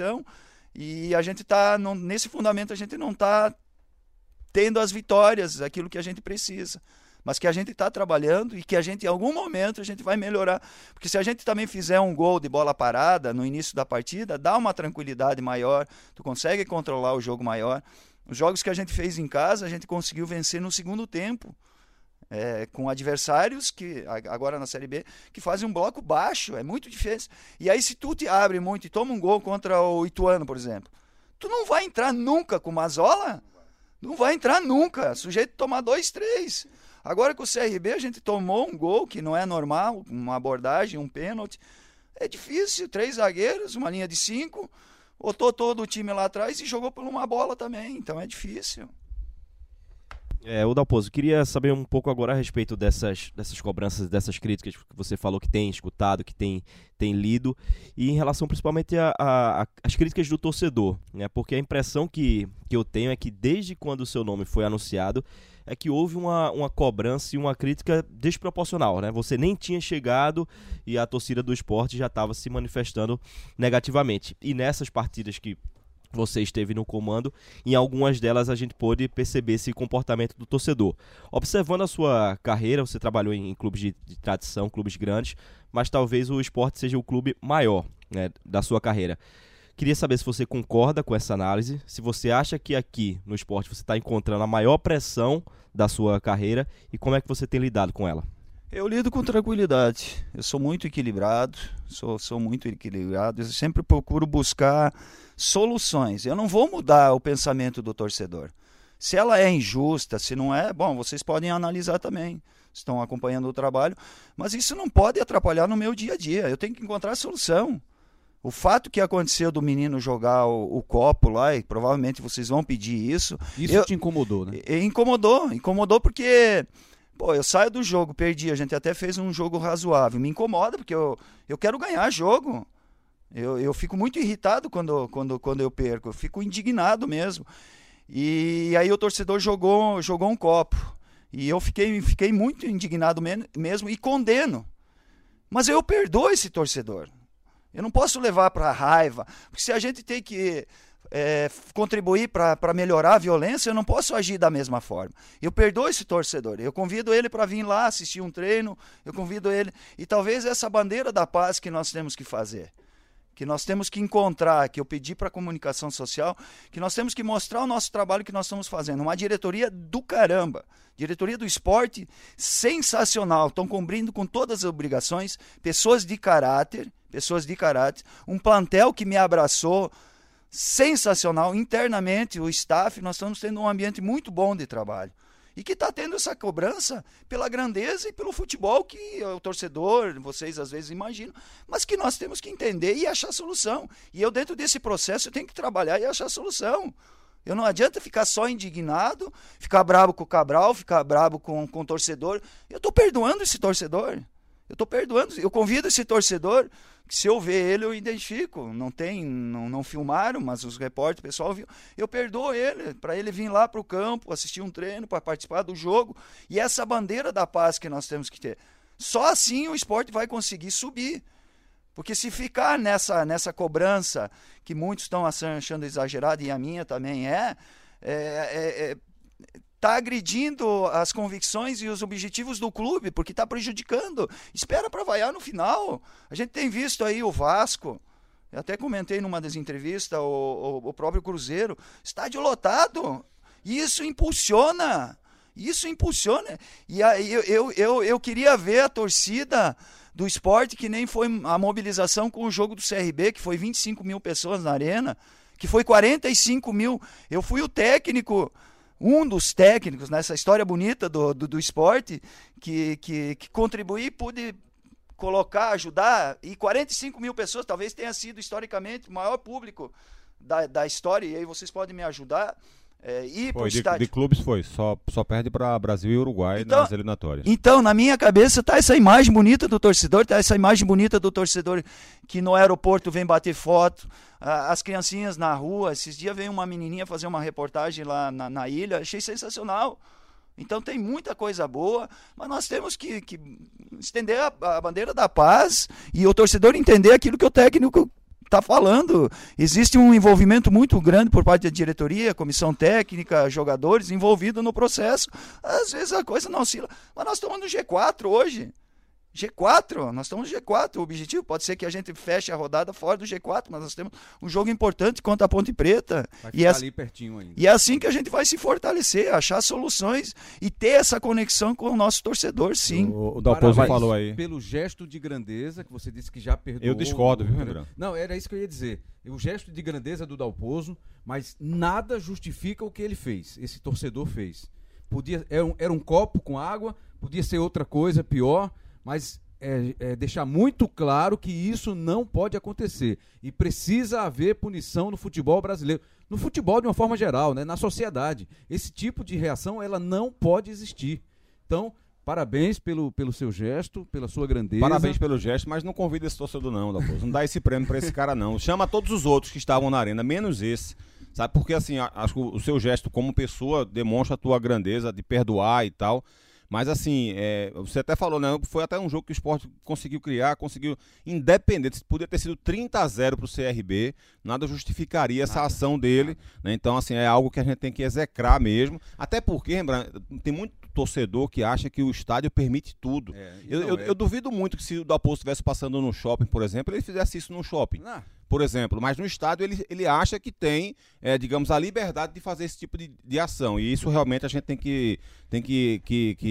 [SPEAKER 4] E a gente está, nesse fundamento, a gente não está tendo as vitórias, aquilo que a gente precisa. Mas que a gente está trabalhando e que a gente, em algum momento, a gente vai melhorar. Porque se a gente também fizer um gol de bola parada no início da partida, dá uma tranquilidade maior, tu consegue controlar o jogo maior. Os jogos que a gente fez em casa, a gente conseguiu vencer no segundo tempo. Com adversários que agora na Série B que fazem um bloco baixo, é muito difícil. E aí se tu te abre muito e toma um gol contra o Ituano, por exemplo, tu não vai entrar nunca com o Mazzola, não vai entrar nunca, sujeito a tomar 2, 3. Agora com o CRB a gente tomou um gol que não é normal, uma abordagem, um pênalti, é difícil, 3 zagueiros, uma linha de 5, botou todo o time lá atrás e jogou por uma bola também, então é difícil.
[SPEAKER 3] O Dalpozo, queria saber um pouco agora a respeito dessas cobranças, dessas críticas que você falou que tem escutado, que tem lido, e em relação principalmente às críticas do torcedor, né? Porque a impressão que eu tenho é que desde quando o seu nome foi anunciado, é que houve uma cobrança e uma crítica desproporcional, né? Você nem tinha chegado e a torcida do Sport já estava se manifestando negativamente. E nessas partidas que você esteve no comando, em algumas delas a gente pôde perceber esse comportamento do torcedor. Observando a sua carreira, você trabalhou em clubes de tradição, clubes grandes, mas talvez o Sport seja o clube maior, né, da sua carreira. Queria saber se você concorda com essa análise, se você acha que aqui no Sport você está encontrando a maior pressão da sua carreira e como é que você tem lidado com ela.
[SPEAKER 4] Eu lido com tranquilidade, eu sou muito equilibrado, sou muito equilibrado, eu sempre procuro buscar soluções. Eu não vou mudar o pensamento do torcedor. Se ela é injusta, se não é, bom, vocês podem analisar também, estão acompanhando o trabalho, mas isso não pode atrapalhar no meu dia a dia, eu tenho que encontrar solução. O fato que aconteceu do menino jogar o copo lá, e provavelmente vocês vão pedir isso...
[SPEAKER 1] Isso te incomodou, né?
[SPEAKER 4] Incomodou porque... Pô, eu saio do jogo, perdi, a gente até fez um jogo razoável. Me incomoda porque eu quero ganhar jogo. Eu fico muito irritado quando eu perco, eu fico indignado mesmo. E aí o torcedor jogou um copo. E eu fiquei muito indignado mesmo e condeno. Mas eu perdoo esse torcedor. Eu não posso levar para a raiva, porque se a gente tem que... contribuir para melhorar a violência, eu não posso agir da mesma forma. Eu perdoo esse torcedor, eu convido ele para vir lá assistir um treino, eu convido ele, e talvez essa bandeira da paz que nós temos que fazer, que nós temos que encontrar, que eu pedi para a comunicação social, que nós temos que mostrar o nosso trabalho que nós estamos fazendo, uma diretoria do caramba, diretoria do esporte sensacional, estão cumprindo com todas as obrigações, pessoas de caráter, um plantel que me abraçou, sensacional, internamente o staff, nós estamos tendo um ambiente muito bom de trabalho e que está tendo essa cobrança pela grandeza e pelo futebol que o torcedor, vocês às vezes imaginam, mas que nós temos que entender e achar solução, e eu dentro desse processo eu tenho que trabalhar e achar solução. Eu não adianta ficar só indignado, ficar bravo com o Cabral, ficar bravo com o torcedor. Eu estou perdoando esse torcedor, eu convido esse torcedor, que se eu ver ele eu identifico, não filmaram, mas os repórteres, o pessoal viu, eu perdoo ele, para ele vir lá para o campo, assistir um treino, para participar do jogo, e essa bandeira da paz que nós temos que ter. Só assim o esporte vai conseguir subir, porque se ficar nessa cobrança, que muitos estão achando exagerada, e a minha também está agredindo as convicções e os objetivos do clube, porque está prejudicando. Espera para vaiar no final. A gente tem visto aí o Vasco, eu até comentei numa das entrevistas, o próprio Cruzeiro, estádio lotado. Isso impulsiona. E aí eu queria ver a torcida do esporte, que nem foi a mobilização com o jogo do CRB, que foi 25 mil pessoas na arena, que foi 45 mil. Eu fui o técnico... um dos técnicos nessa história bonita do esporte, que contribuí, pude colocar, ajudar, e 45 mil pessoas, talvez tenha sido historicamente o maior público da história, e aí vocês podem me ajudar.
[SPEAKER 2] De clubes foi, só perde para Brasil e Uruguai nas eliminatórias.
[SPEAKER 4] Então, na minha cabeça está essa imagem bonita do torcedor, que no aeroporto vem bater foto, as criancinhas na rua. Esses dias veio uma menininha fazer uma reportagem lá na ilha, achei sensacional. Então tem muita coisa boa, mas nós temos que estender a bandeira da paz e o torcedor entender aquilo que o técnico está falando. Existe um envolvimento muito grande por parte da diretoria, comissão técnica, jogadores envolvidos no processo. Às vezes a coisa não oscila, mas nós estamos no G4 hoje. Nós estamos no G4. O objetivo pode ser que a gente feche a rodada fora do G4, mas nós temos um jogo importante contra a Ponte Preta.
[SPEAKER 1] Vai ficar ali pertinho ainda.
[SPEAKER 4] E é assim que a gente vai se fortalecer, achar soluções e ter essa conexão com o nosso torcedor, sim.
[SPEAKER 2] O Dalpozo falou aí.
[SPEAKER 1] Pelo gesto de grandeza, que você disse que já perdoou.
[SPEAKER 2] Eu discordo, viu, Renan?
[SPEAKER 1] Não, era isso que eu ia dizer. O gesto de grandeza do Dalpozo, mas nada justifica o que ele fez, esse torcedor fez. Era um copo com água, podia ser outra coisa pior, mas deixar muito claro que isso não pode acontecer e precisa haver punição no futebol brasileiro. no futebol de uma forma geral, né? Na sociedade. Esse tipo de reação, ela não pode existir. Então, parabéns pelo seu gesto, pela sua grandeza.
[SPEAKER 2] Parabéns pelo gesto, mas não convida esse torcedor não, Dalpozo. Não dá esse prêmio pra esse cara não. Chama todos os outros que estavam na arena, menos esse. Sabe, porque assim, acho que o seu gesto como pessoa demonstra a tua grandeza de perdoar e tal. Mas assim, você até falou, né? Foi até um jogo que o Sport conseguiu criar, independente, podia ter sido 30-0 pro CRB, nada justificaria essa ação dele, né? Então assim, é algo que a gente tem que execrar mesmo, até porque, tem muito torcedor que acha que o estádio permite tudo. Eu duvido muito que se o Dalpozo estivesse passando no shopping, por exemplo, ele fizesse isso no shopping. Por exemplo, mas no estádio ele acha que tem, digamos, a liberdade de fazer esse tipo de ação, e isso realmente a gente tem que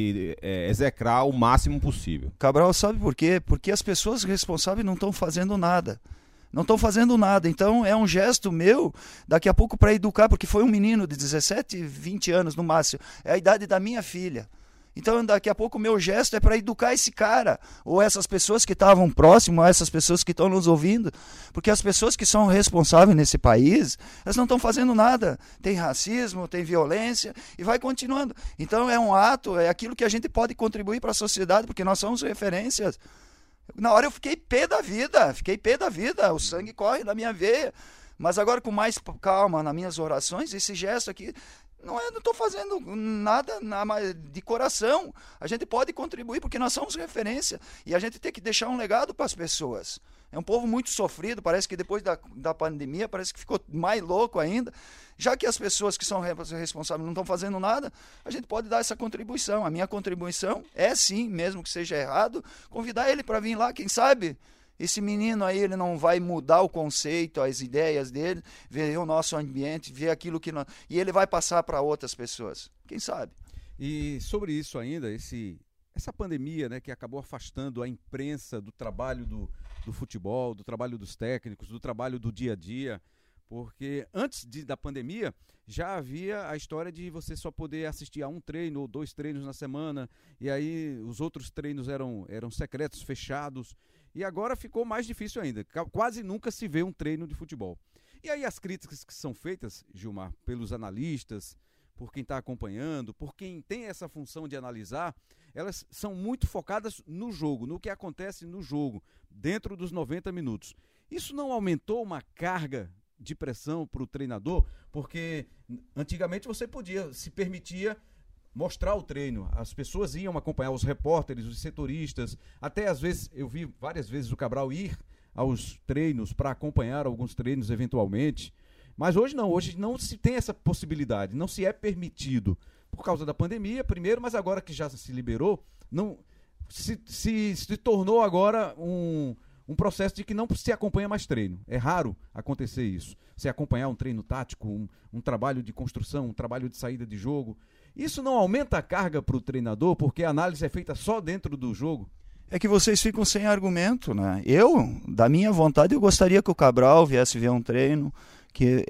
[SPEAKER 2] execrar o máximo possível.
[SPEAKER 4] Cabral, sabe por quê? Porque as pessoas responsáveis não estão fazendo nada. Não estão fazendo nada, então é um gesto meu, daqui a pouco para educar, porque foi um menino de 17, 20 anos no máximo, é a idade da minha filha. Então daqui a pouco o meu gesto é para educar esse cara, ou essas pessoas que estavam próximo, ou essas pessoas que estão nos ouvindo, porque as pessoas que são responsáveis nesse país, elas não estão fazendo nada. Tem racismo, tem violência e vai continuando. Então é um ato, é aquilo que a gente pode contribuir para a sociedade, porque nós somos referências. Na hora eu fiquei pé da vida, o sangue corre na minha veia, mas agora com mais calma nas minhas orações, esse gesto aqui, não estou fazendo nada de coração, a gente pode contribuir porque nós somos referência e a gente tem que deixar um legado para as pessoas. É um povo muito sofrido, parece que depois da pandemia, parece que ficou mais louco ainda. Já que as pessoas que são responsáveis não estão fazendo nada, a gente pode dar essa contribuição. A minha contribuição é sim, mesmo que seja errado, convidar ele para vir lá, quem sabe esse menino aí ele não vai mudar o conceito, as ideias dele, ver o nosso ambiente, ver aquilo que nós... E ele vai passar para outras pessoas, quem sabe.
[SPEAKER 1] E sobre isso ainda, essa pandemia, né, que acabou afastando a imprensa do trabalho do futebol, do trabalho dos técnicos, do trabalho do dia a dia, porque antes da pandemia já havia a história de você só poder assistir a um treino ou 2 treinos na semana, e aí os outros treinos eram secretos, fechados, e agora ficou mais difícil ainda, quase nunca se vê um treino de futebol. E aí as críticas que são feitas, Gilmar, pelos analistas, por quem está acompanhando, por quem tem essa função de analisar, elas são muito focadas no jogo, no que acontece no jogo, dentro dos 90 minutos. Isso não aumentou uma carga de pressão para o treinador? Porque antigamente você se permitia mostrar o treino, as pessoas iam acompanhar, os repórteres, os setoristas, até às vezes, eu vi várias vezes o Cabral ir aos treinos para acompanhar alguns treinos eventualmente, mas hoje não se tem essa possibilidade, não se é permitido, por causa da pandemia primeiro, mas agora que já se liberou, não se tornou agora um processo de que não se acompanha mais treino. É raro acontecer isso. Se acompanhar um treino tático, um trabalho de construção, um trabalho de saída de jogo. Isso não aumenta a carga para o treinador, porque a análise é feita só dentro do jogo?
[SPEAKER 4] É que vocês ficam sem argumento, né? Da minha vontade, eu gostaria que o Cabral viesse ver um treino, que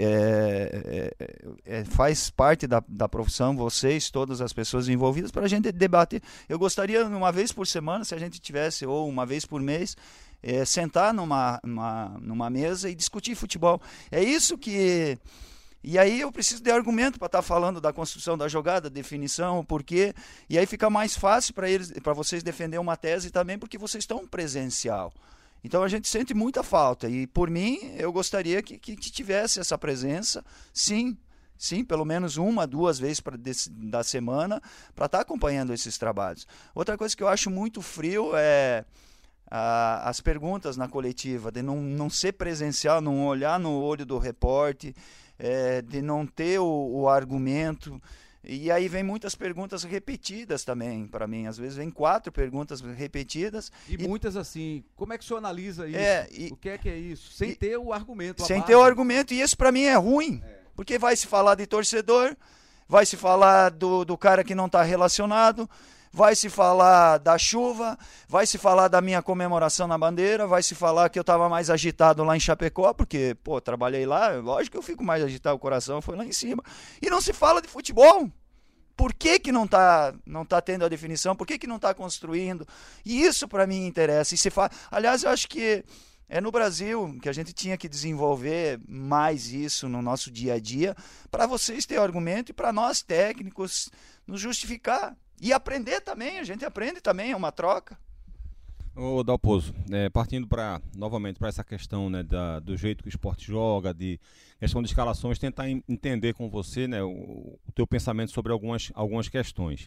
[SPEAKER 4] faz parte da profissão, vocês, todas as pessoas envolvidas, para a gente debater. Eu gostaria, uma vez por semana, se a gente tivesse, ou uma vez por mês, sentar numa mesa e discutir futebol. É isso que... E aí eu preciso de argumento para estar falando da construção da jogada, definição, o porquê. E aí fica mais fácil para vocês defender uma tese também, porque vocês estão presencial. Então a gente sente muita falta. E por mim, eu gostaria que tivesse essa presença, sim, pelo menos 1, 2 vezes da semana, para estar acompanhando esses trabalhos. Outra coisa que eu acho muito frio é as perguntas na coletiva, de não ser presencial, não olhar no olho do repórter, de não ter o argumento. E aí vem muitas perguntas repetidas também para mim. Às vezes vem 4 perguntas repetidas.
[SPEAKER 1] E muitas assim, como é que o senhor analisa isso? O que é isso? Sem ter o argumento.
[SPEAKER 4] Sem ter o argumento, e isso para mim é ruim. Porque vai se falar de torcedor, vai se falar do cara que não está relacionado, vai se falar da chuva, vai se falar da minha comemoração na bandeira, vai se falar que eu estava mais agitado lá em Chapecó, porque, trabalhei lá, lógico que eu fico mais agitado, o coração foi lá em cima. E não se fala de futebol. Por que não tá tendo a definição? Por que não está construindo? E isso para mim interessa. Aliás, eu acho que É no Brasil que a gente tinha que desenvolver mais isso no nosso dia a dia, para vocês terem argumento e para nós técnicos nos justificar. E aprender também, a gente aprende também, é uma troca.
[SPEAKER 2] Ô Dalpozo, partindo novamente para essa questão, né, do jeito que o esporte joga, de questão de escalações, tentar entender com você, né, o teu pensamento sobre algumas questões.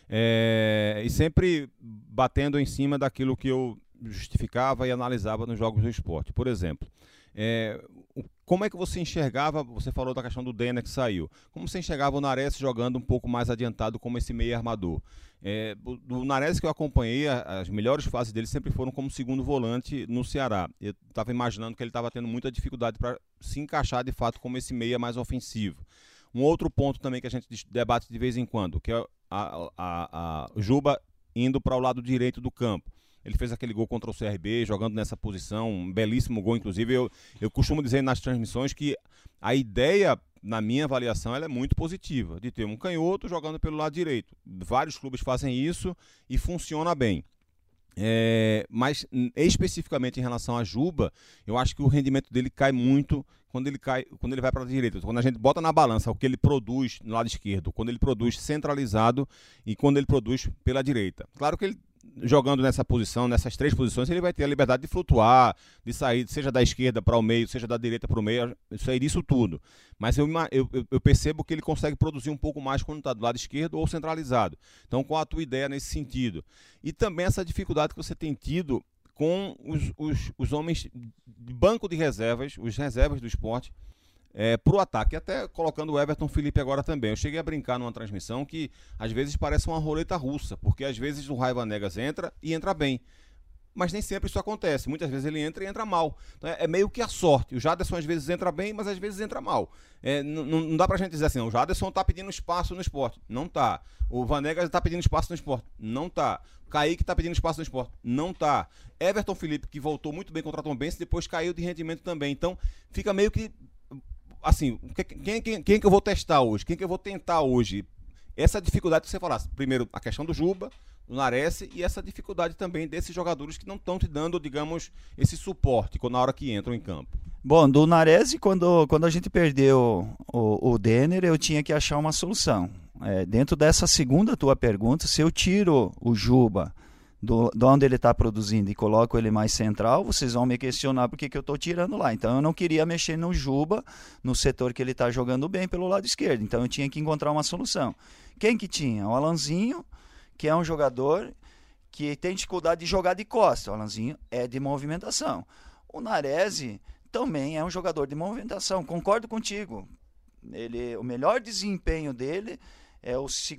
[SPEAKER 2] E sempre batendo em cima daquilo que eu justificava e analisava nos jogos do esporte. Por exemplo, como é que você enxergava, você falou da questão do Denner que saiu, como você enxergava o Nares jogando um pouco mais adiantado como esse meio armador? Do Nares que eu acompanhei, as melhores fases dele sempre foram como segundo volante no Ceará. Eu estava imaginando que ele estava tendo muita dificuldade para se encaixar de fato como esse meia mais ofensivo. Um outro ponto também que a gente debate de vez em quando, que é a Juba indo para o lado direito do campo. Ele fez aquele gol contra o CRB, jogando nessa posição, um belíssimo gol, inclusive. Eu costumo dizer nas transmissões que a ideia, na minha avaliação, ela é muito positiva, de ter um canhoto jogando pelo lado direito. Vários clubes fazem isso e funciona bem. Mas especificamente em relação a Juba, eu acho que o rendimento dele cai muito quando ele vai para a direita. Quando a gente bota na balança o que ele produz no lado esquerdo, quando ele produz centralizado e quando ele produz pela direita. Claro que ele, jogando nessa posição, nessas três posições, ele vai ter a liberdade de flutuar, de sair, seja da esquerda para o meio, seja da direita para o meio, sair disso tudo. Mas eu percebo que ele consegue produzir um pouco mais quando está do lado esquerdo ou centralizado. Então, qual a tua ideia nesse sentido? E também essa dificuldade que você tem tido com os homens de banco de reservas, os reservas do esporte, para o ataque, até colocando o Everton Felipe agora também. Eu cheguei a brincar numa transmissão que às vezes parece uma roleta russa, porque às vezes o Raiva Negas entra e entra bem, mas nem sempre isso acontece. Muitas vezes ele entra e entra mal. Então é meio que a sorte. O Jaderson às vezes entra bem, mas às vezes entra mal. Não dá pra gente dizer assim, não, o Jaderson tá pedindo espaço no esporte. Não tá. O Vanegas tá pedindo espaço no esporte. Não tá. O Kaique tá pedindo espaço no esporte. Não tá. Everton Felipe, que voltou muito bem contra a Tombense, depois caiu de rendimento também. Então fica meio que assim, quem que eu vou testar hoje? Quem que eu vou tentar hoje? Essa dificuldade que você falasse. Primeiro, a questão do Juba, do Nares, e essa dificuldade também desses jogadores que não estão te dando, digamos, esse suporte na hora que entram em campo.
[SPEAKER 4] Bom, do Nares, quando a gente perdeu o Denner, eu tinha que achar uma solução. Dentro dessa segunda tua pergunta, se eu tiro o Juba de onde ele está produzindo e coloco ele mais central, vocês vão me questionar por que eu estou tirando lá. Então eu não queria mexer no Juba, no setor que ele está jogando bem pelo lado esquerdo. Então eu tinha que encontrar uma solução. Quem que tinha? O Alanzinho, que é um jogador que tem dificuldade de jogar de costa. O Alanzinho é de movimentação. O Nares também é um jogador de movimentação. Concordo contigo. O melhor desempenho dele é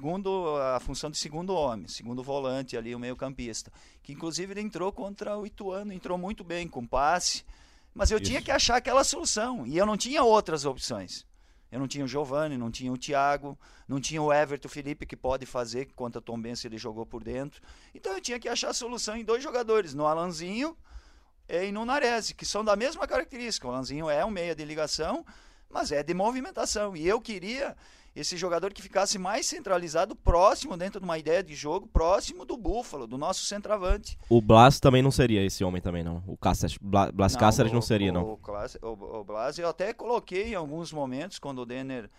[SPEAKER 4] a função de segundo homem, segundo volante ali, o meio campista, que inclusive ele entrou contra o Ituano, entrou muito bem com passe, mas eu tinha que achar aquela solução, e eu não tinha outras opções. Eu não tinha o Giovani, não tinha o Thiago, não tinha o Everton Felipe, que pode fazer, que contra a Tombense ele jogou por dentro. Então eu tinha que achar a solução em dois jogadores, no Alanzinho e no Nares, que são da mesma característica. O Alanzinho é um meia de ligação, mas é de movimentação, e eu queria esse jogador que ficasse mais centralizado, próximo, dentro de uma ideia de jogo, próximo do Búfalo, do nosso centroavante.
[SPEAKER 3] O Blas também não seria esse homem também, não? O Blas Cáceres não seria, não?
[SPEAKER 4] O Blas eu até coloquei em alguns momentos, quando o Denner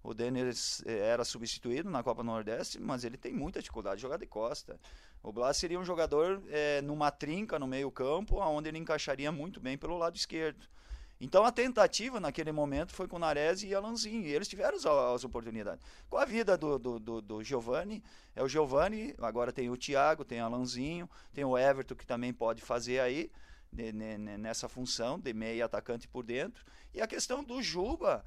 [SPEAKER 4] era substituído na Copa Nordeste, mas ele tem muita dificuldade de jogar de costa. O Blas seria um jogador numa trinca no meio campo, onde ele encaixaria muito bem pelo lado esquerdo. Então a tentativa naquele momento foi com o Nares e Alanzinho, e eles tiveram as oportunidades. Com a vida do Giovani, o Giovani, agora tem o Thiago, tem o Alanzinho, tem o Everton que também pode fazer aí, nessa função de meio atacante por dentro. E a questão do Juba,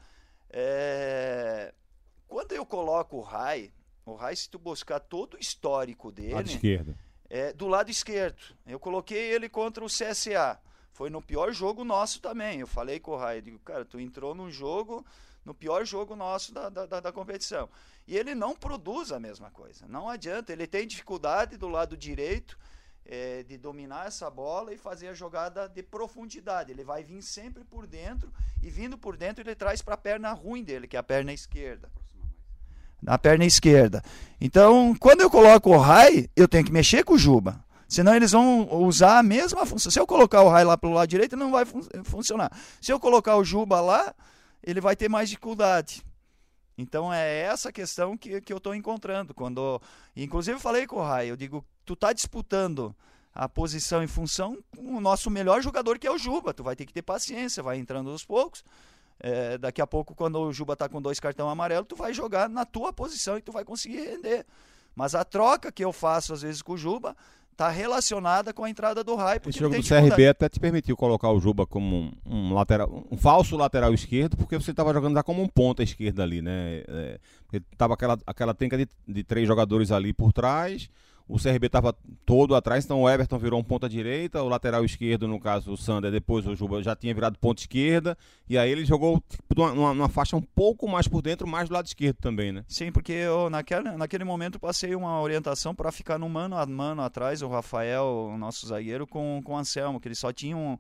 [SPEAKER 4] quando eu coloco o Rai, se tu buscar todo o histórico dele,
[SPEAKER 2] lado esquerdo.
[SPEAKER 4] Do lado esquerdo, eu coloquei ele contra o CSA. Foi no pior jogo nosso também. Eu falei com o Rai, digo, cara, tu entrou no pior jogo nosso da competição. E ele não produz a mesma coisa. Não adianta, ele tem dificuldade do lado direito de dominar essa bola e fazer a jogada de profundidade. Ele vai vir sempre por dentro, e vindo por dentro ele traz para a perna ruim dele, que é a perna esquerda. Na perna esquerda. Então, quando eu coloco o Rai, eu tenho que mexer com o Juba. Senão eles vão usar a mesma função. Se eu colocar o Rai lá pelo lado direito, ele não vai funcionar. Se eu colocar o Juba lá, ele vai ter mais dificuldade. Então é essa questão que eu estou encontrando. Inclusive eu falei com o Rai, eu digo, tu tá disputando a posição em função com o nosso melhor jogador, que é o Juba. Tu vai ter que ter paciência, vai entrando aos poucos. Daqui a pouco, quando o Juba tá com 2 cartões amarelos, tu vai jogar na tua posição e tu vai conseguir render. Mas a troca que eu faço às vezes com o Juba tá relacionada com a entrada do Rai.
[SPEAKER 2] Esse jogo do CRB até te permitiu colocar o Juba como um lateral, um falso lateral esquerdo, porque você estava jogando já como um ponta esquerda ali, né? Porque tava aquela trinca de 3 jogadores ali por trás. O CRB estava todo atrás, então o Everton virou um ponta direita, o lateral esquerdo, no caso o Sander, depois o Juba já tinha virado ponta esquerda, e aí ele jogou numa faixa um pouco mais por dentro, mais do lado esquerdo também, né?
[SPEAKER 4] Sim, porque eu naquele momento passei uma orientação para ficar no mano a mano atrás, o Rafael, o nosso zagueiro, com o Anselmo, que eles só tinham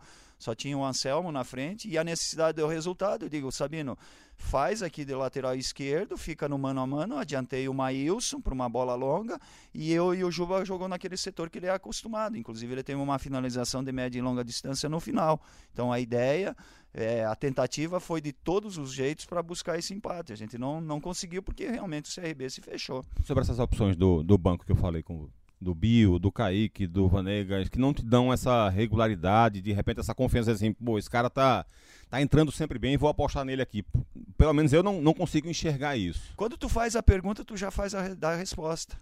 [SPEAKER 4] o Anselmo na frente, e a necessidade deu resultado. Eu digo, Sabino, faz aqui de lateral esquerdo, fica no mano a mano, adiantei o Maílson para uma bola longa, e o Juba jogou naquele setor que ele é acostumado. Inclusive ele teve uma finalização de média e longa distância no final. Então a ideia, a tentativa foi de todos os jeitos para buscar esse empate. A gente não conseguiu porque realmente o CRB se fechou.
[SPEAKER 2] Sobre essas opções do banco que eu falei do Bill, do Kaique, do Vanegas, que não te dão essa regularidade, de repente essa confiança assim, pô, esse cara tá entrando sempre bem, vou apostar nele aqui. Pelo menos eu não consigo enxergar isso.
[SPEAKER 4] Quando tu faz a pergunta, tu já faz a resposta.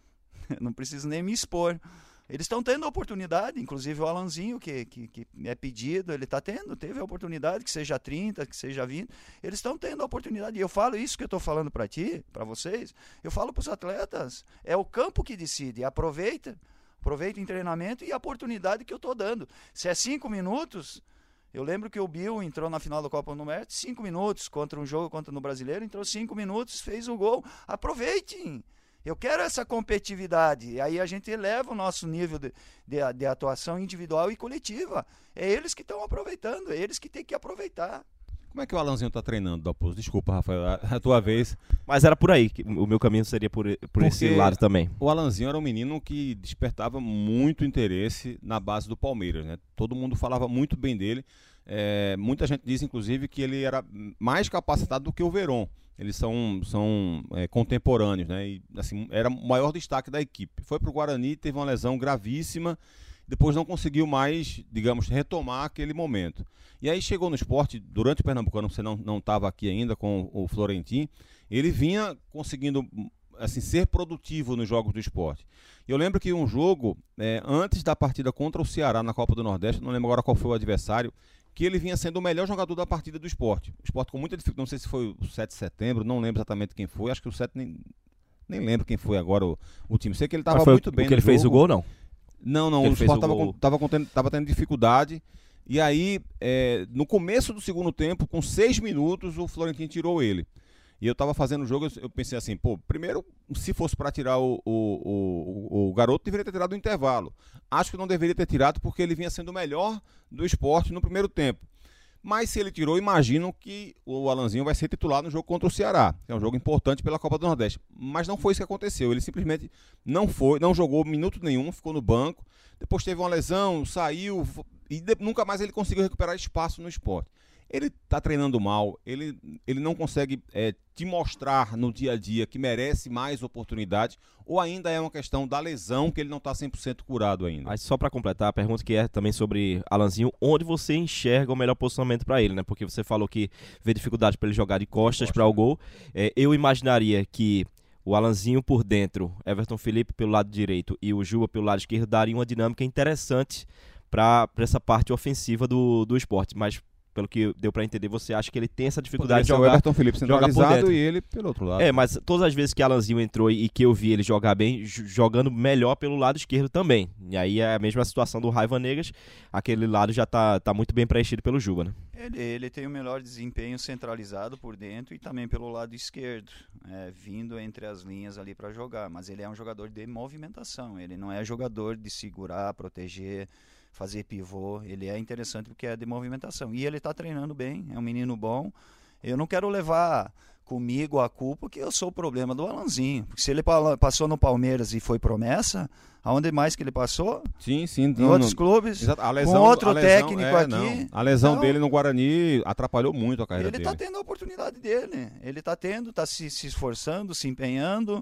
[SPEAKER 4] Não preciso nem me expor. Eles estão tendo a oportunidade, inclusive o Alanzinho, que é pedido, ele teve a oportunidade, que seja 30, que seja 20, eles estão tendo a oportunidade, e eu falo isso que eu estou falando para ti, para vocês, eu falo para os atletas, é o campo que decide, aproveita em treinamento e a oportunidade que eu estou dando. Se é 5 minutos, eu lembro que o Bill entrou na final da Copa do Mundo, 5 minutos, contra um jogo contra no Brasileiro, entrou 5 minutos, fez o gol, aproveitem! Eu quero essa competitividade, e aí a gente eleva o nosso nível de atuação individual e coletiva. É eles que estão aproveitando, é eles que têm que aproveitar.
[SPEAKER 2] Como é que o Alanzinho está treinando, Dalpozo? Desculpa, Rafael, a tua vez.
[SPEAKER 3] Mas era por aí, que o meu caminho seria por esse lado também.
[SPEAKER 2] O Alanzinho era um menino que despertava muito interesse na base do Palmeiras, né? Todo mundo falava muito bem dele. Muita gente diz, inclusive, que ele era mais capacitado do que o Veron. Eles são contemporâneos, né? E, assim, era o maior destaque da equipe. Foi para o Guarani, teve uma lesão gravíssima, depois não conseguiu mais, digamos, retomar aquele momento. E aí chegou no Sport, durante o Pernambucano, você não estava aqui ainda com o Florentin, ele vinha conseguindo assim, ser produtivo nos jogos do Sport. E eu lembro que um jogo, antes da partida contra o Ceará na Copa do Nordeste, não lembro agora qual foi o adversário, que ele vinha sendo o melhor jogador da partida do Sport. O Sport com muita dificuldade, não sei se foi o 7 de setembro, não lembro exatamente quem foi, acho que o 7 nem lembro quem foi agora o time. Sei que ele estava muito bem no jogo.
[SPEAKER 3] Ele fez o gol, não?
[SPEAKER 2] Não, o Sport estava tendo dificuldade. E aí, no começo do segundo tempo, com 6 minutos, o Florentino tirou ele. E eu estava fazendo o jogo, eu pensei assim, pô, primeiro, se fosse para tirar o garoto, deveria ter tirado o intervalo. Acho que não deveria ter tirado porque ele vinha sendo o melhor do Sport no primeiro tempo. Mas se ele tirou, imagino que o Alanzinho vai ser titular no jogo contra o Ceará, que é um jogo importante pela Copa do Nordeste. Mas não foi isso que aconteceu, ele simplesmente não jogou minuto nenhum, ficou no banco, depois teve uma lesão, saiu e nunca mais ele conseguiu recuperar espaço no Sport. Ele está treinando mal, ele não consegue te mostrar no dia a dia que merece mais oportunidade, ou ainda é uma questão da lesão que ele não está 100% curado ainda?
[SPEAKER 3] Mas só para completar, a pergunta que é também sobre Alanzinho, onde você enxerga o melhor posicionamento para ele, né? Porque você falou que vê dificuldade para ele jogar de costas para o gol. Eu imaginaria que o Alanzinho por dentro, Everton Felipe pelo lado direito e o Juba pelo lado esquerdo daria uma dinâmica interessante para essa parte ofensiva do Sport, mas pelo que deu pra entender, você acha que ele tem essa dificuldade de jogar,
[SPEAKER 2] o Everton Felipe centralizado e ele pelo outro lado.
[SPEAKER 3] Mas todas as vezes que Alanzinho entrou e que eu vi ele jogar bem, jogando melhor pelo lado esquerdo também. E aí é a mesma situação do Raiva Negas, aquele lado já tá muito bem preenchido pelo Juba, né?
[SPEAKER 4] Ele tem o melhor desempenho centralizado por dentro e também pelo lado esquerdo, vindo entre as linhas ali para jogar, mas ele é um jogador de movimentação, ele não é jogador de segurar, proteger, fazer pivô. Ele é interessante porque é de movimentação e ele está treinando bem, é um menino bom. Eu não quero levar comigo a culpa que eu sou o problema do Alanzinho. Porque se ele passou no Palmeiras e foi promessa, aonde mais que ele passou?
[SPEAKER 2] Sim.
[SPEAKER 4] Em outros clubes,
[SPEAKER 2] Exato.
[SPEAKER 4] com outro técnico aqui.
[SPEAKER 2] Não. A lesão dele no Guarani atrapalhou muito a carreira dele.
[SPEAKER 4] Ele está tendo a oportunidade dele. Ele está se esforçando, se empenhando.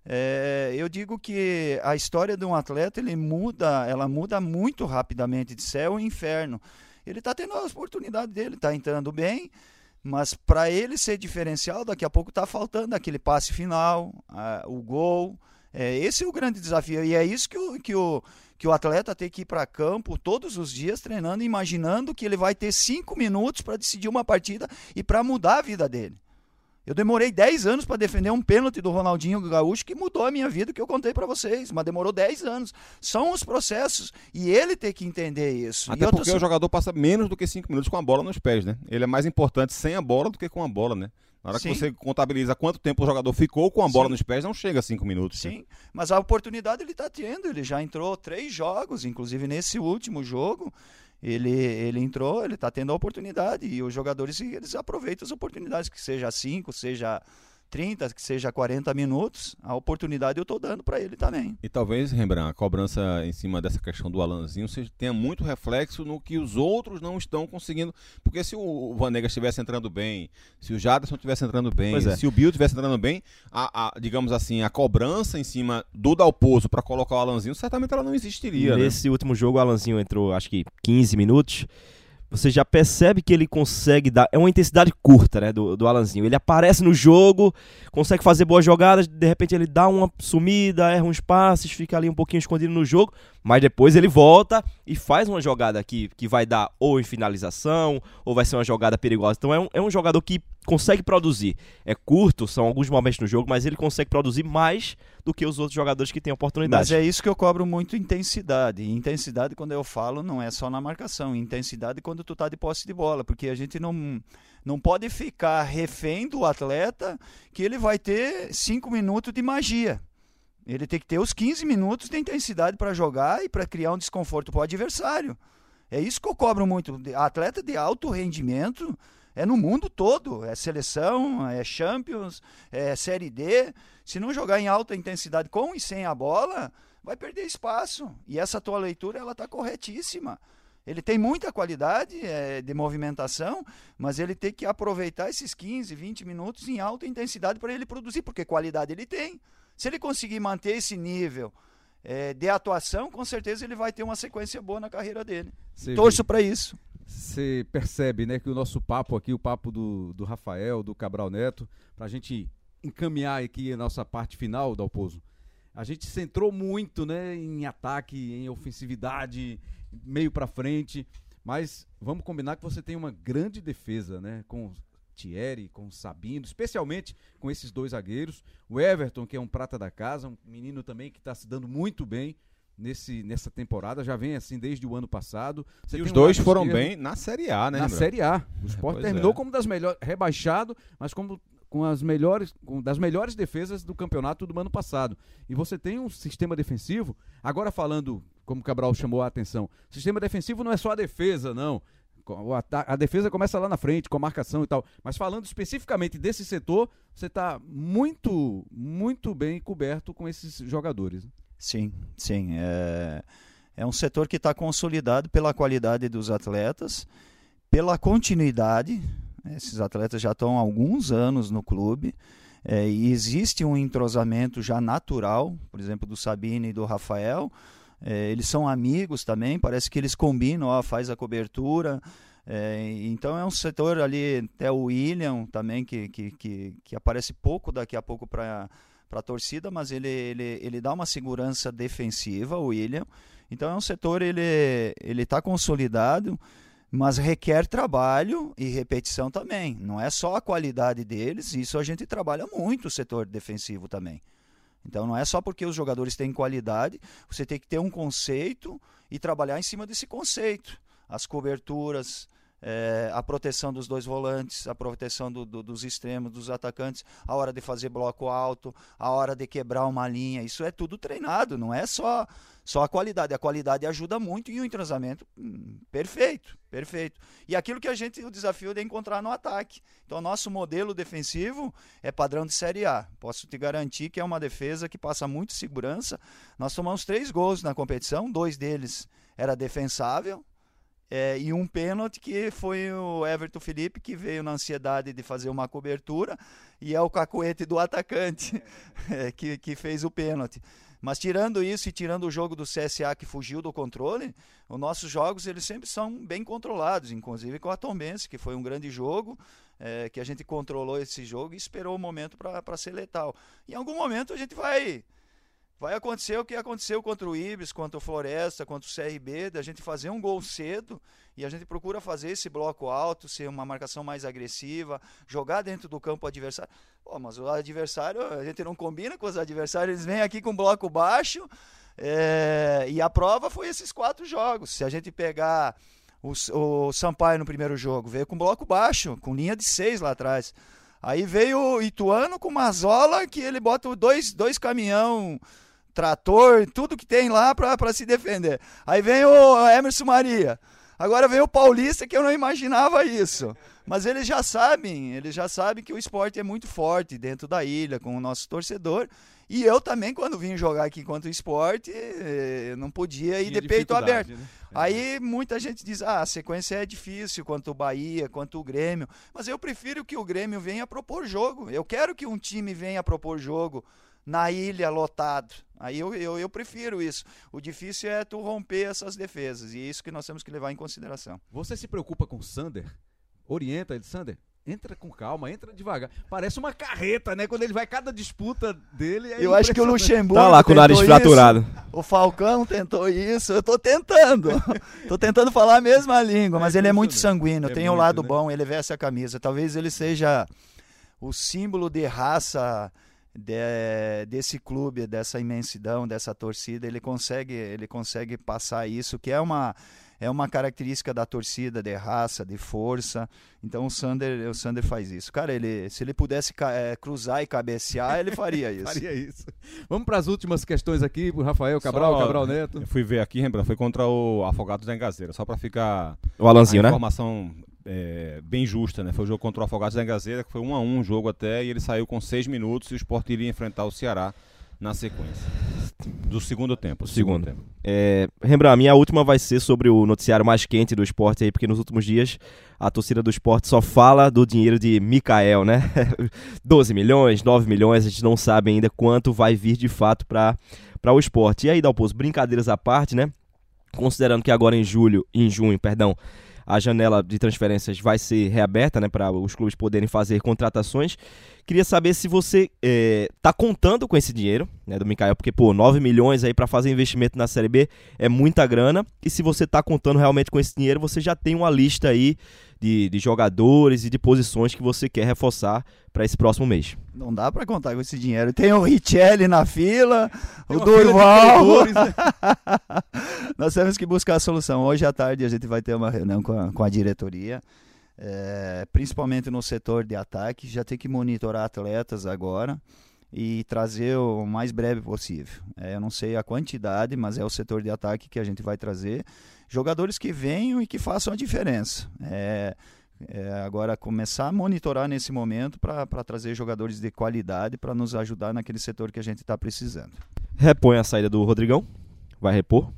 [SPEAKER 4] Eu digo que a história de um atleta ela muda muito rapidamente de céu e inferno. Ele está tendo a oportunidade dele, está entrando bem, mas para ele ser diferencial, daqui a pouco está faltando aquele passe final, o gol. Esse é o grande desafio, e é isso que o atleta tem que ir para campo todos os dias treinando, imaginando que ele vai ter 5 minutos para decidir uma partida e para mudar a vida dele. Eu demorei 10 anos para defender um pênalti do Ronaldinho Gaúcho que mudou a minha vida, que eu contei para vocês, mas demorou 10 anos. São os processos e ele tem que entender isso.
[SPEAKER 2] Até porque o jogador passa menos do que 5 minutos com a bola nos pés, né? Ele é mais importante sem a bola do que com a bola, né? Na hora que você contabiliza quanto tempo o jogador ficou com a bola nos pés, não chega a 5 minutos.
[SPEAKER 4] Sim,
[SPEAKER 2] né?
[SPEAKER 4] Mas a oportunidade ele está tendo. Ele já entrou 3 jogos, inclusive nesse último jogo. Ele entrou, ele está tendo a oportunidade e os jogadores eles aproveitam as oportunidades, que seja 5, seja 30, que seja 40 minutos, a oportunidade eu estou dando para ele também.
[SPEAKER 2] E talvez, Rembrandt, a cobrança em cima dessa questão do Alanzinho tenha muito reflexo no que os outros não estão conseguindo, porque se o Vanegas estivesse entrando bem, se o Jadson estivesse entrando bem, se o Bill estivesse entrando bem, digamos assim, a cobrança em cima do Dalpozo para colocar o Alanzinho, certamente ela não existiria.
[SPEAKER 3] Nesse último jogo o Alanzinho entrou acho que 15 minutos, você já percebe que ele consegue dar... É uma intensidade curta, né, do Alanzinho. Ele aparece no jogo, consegue fazer boas jogadas, de repente ele dá uma sumida, erra uns passes, fica ali um pouquinho escondido no jogo, mas depois ele volta e faz uma jogada que vai dar ou em finalização, ou vai ser uma jogada perigosa. Então é um jogador que consegue produzir. É curto, são alguns momentos no jogo, mas ele consegue produzir mais do que os outros jogadores que têm oportunidade.
[SPEAKER 4] Mas é isso que eu cobro muito, intensidade. E intensidade, quando eu falo, não é só na marcação. Intensidade quando tu tá de posse de bola, porque a gente não pode ficar refém do atleta que ele vai ter 5 minutos de magia. Ele tem que ter os 15 minutos de intensidade para jogar e para criar um desconforto para o adversário. É isso que eu cobro muito. Atleta de alto rendimento é no mundo todo. É seleção, é Champions, é Série D. Se não jogar em alta intensidade com e sem a bola, vai perder espaço. E essa tua leitura ela está corretíssima. Ele tem muita qualidade de movimentação, mas ele tem que aproveitar esses 15, 20 minutos em alta intensidade para ele produzir, porque qualidade ele tem. Se ele conseguir manter esse nível de atuação, com certeza ele vai ter uma sequência boa na carreira dele. Torço para isso.
[SPEAKER 1] Você percebe, né, que o nosso papo aqui, o papo do Rafael, do Cabral Neto, para a gente encaminhar aqui a nossa parte final, Dalpozo, a gente centrou muito, né, em ataque, em ofensividade, meio para frente, mas vamos combinar que você tem uma grande defesa, né, com Thierry, com Sabino, especialmente com esses 2 zagueiros, o Everton, que é um prata da casa, um menino também que está se dando muito bem nessa temporada, já vem assim desde o ano passado.
[SPEAKER 2] E os 2 foram bem na Série A, né?
[SPEAKER 1] Na Série A. O Sport terminou como das melhores, rebaixado, mas como das melhores defesas do campeonato do ano passado. E você tem um sistema defensivo, agora falando, como o Cabral chamou a atenção, o sistema defensivo não é só a defesa, não. A defesa começa lá na frente, com a marcação e tal. Mas falando especificamente desse setor, você está muito, muito bem coberto com esses jogadores.
[SPEAKER 4] Sim. É um setor que está consolidado pela qualidade dos atletas, pela continuidade. Esses atletas já estão há alguns anos no clube. E existe um entrosamento já natural, por exemplo, do Sabino e do Rafael. Eles são amigos também, parece que eles combinam, faz a cobertura. Então é um setor ali, até o William também, que aparece pouco daqui a pouco para a torcida, mas ele dá uma segurança defensiva, o William. Então é um setor, ele está consolidado, mas requer trabalho e repetição também. Não é só a qualidade deles, isso a gente trabalha muito o setor defensivo também. Então não é só porque os jogadores têm qualidade, você tem que ter um conceito e trabalhar em cima desse conceito. As coberturas, a proteção dos dois volantes, a proteção dos extremos, dos atacantes, a hora de fazer bloco alto, a hora de quebrar uma linha. Isso é tudo treinado, não é só a qualidade. A qualidade ajuda muito e o entrosamento, perfeito. E aquilo que o desafio é encontrar no ataque. Então, o nosso modelo defensivo é padrão de Série A. Posso te garantir que é uma defesa que passa muito segurança. Nós tomamos 3 gols na competição, 2 deles era defensável, e um pênalti que foi o Everton Felipe, que veio na ansiedade de fazer uma cobertura, e é o cacuete do atacante que fez o pênalti. Mas tirando isso e tirando o jogo do CSA que fugiu do controle, os nossos jogos eles sempre são bem controlados, inclusive com a Tombense, que foi um grande jogo, que a gente controlou esse jogo e esperou o momento para ser letal. Em algum momento a gente vai acontecer o que aconteceu contra o Ibis, contra o Floresta, contra o CRB, da gente fazer um gol cedo e a gente procura fazer esse bloco alto, ser uma marcação mais agressiva, jogar dentro do campo adversário. Mas o adversário, a gente não combina com os adversários, eles vêm aqui com bloco baixo, e a prova foi esses 4 jogos. Se a gente pegar o Sampaio no primeiro jogo, veio com bloco baixo, com linha de 6 lá atrás. Aí veio o Ituano com uma Mazola, que ele bota dois caminhão, trator, tudo que tem lá para se defender. Aí vem o Emerson Maria. Agora vem o Paulista, que eu não imaginava isso. Mas eles já sabem que o esporte é muito forte dentro da ilha, com o nosso torcedor. E eu também, quando vim jogar aqui contra o esporte, não podia ir de peito aberto. Né? Aí muita gente diz, a sequência é difícil, quanto o Bahia, quanto o Grêmio. Mas eu prefiro que o Grêmio venha propor jogo. Eu quero que um time venha propor jogo na ilha, lotado. Aí eu prefiro isso. O difícil é tu romper essas defesas. E é isso que nós temos que levar em consideração.
[SPEAKER 1] Você se preocupa com o Sander? Orienta ele, Sander? Entra com calma, entra devagar. Parece uma carreta, né? Quando ele vai, cada disputa dele...
[SPEAKER 4] Eu acho que o Luxemburgo
[SPEAKER 3] tá lá com o nariz fraturado.
[SPEAKER 4] O Falcão tentou isso. Eu tô tentando. Tô tentando falar a mesma língua, mas ele é muito sanguíneo. Tem um lado bom, ele veste a camisa. Talvez ele seja o símbolo de raça desse clube, dessa imensidão, dessa torcida. Ele consegue passar isso, que é uma característica da torcida, de raça, de força. Então o Sander faz isso. Cara, se ele pudesse cruzar e cabecear, ele faria isso.
[SPEAKER 1] Faria isso. Vamos para as últimas questões aqui, pro Rafael Cabral Neto.
[SPEAKER 2] Eu fui ver aqui, Rembrandt, foi contra o Afogados da Engazeira, só para ficar
[SPEAKER 3] o Alanzinho,
[SPEAKER 2] a informação bem justa, né? Foi o jogo contra o Afogados da Engazeira, que foi 1-1 o jogo até, e ele saiu com 6 minutos e o Sport iria enfrentar o Ceará na sequência do segundo tempo.
[SPEAKER 3] Rembrandt, a minha última vai ser sobre o noticiário mais quente do esporte aí, porque nos últimos dias a torcida do esporte só fala do dinheiro de Mikael, né? 12 milhões, 9 milhões, a gente não sabe ainda quanto vai vir de fato para o esporte. E aí, Dalpozo, brincadeiras à parte, né? Considerando que agora em junho, a janela de transferências vai ser reaberta, né, para os clubes poderem fazer contratações. Queria saber se você está contando com esse dinheiro, né, do Mikael, porque 9 milhões aí para fazer investimento na Série B é muita grana, e se você está contando realmente com esse dinheiro, você já tem uma lista aí de jogadores e de posições que você quer reforçar para esse próximo mês.
[SPEAKER 4] Não dá para contar com esse dinheiro. Tem o Richelli na fila, o Durval. Né? Nós temos que buscar a solução. Hoje à tarde a gente vai ter uma reunião com a diretoria, principalmente no setor de ataque. Já tem que monitorar atletas agora e trazer o mais breve possível. Eu não sei a quantidade, mas é o setor de ataque que a gente vai trazer. Jogadores que venham e que façam a diferença. Agora começar a monitorar nesse momento para trazer jogadores de qualidade para nos ajudar naquele setor que a gente está precisando.
[SPEAKER 3] Repõe a saída do Rodrigão? Vai repor?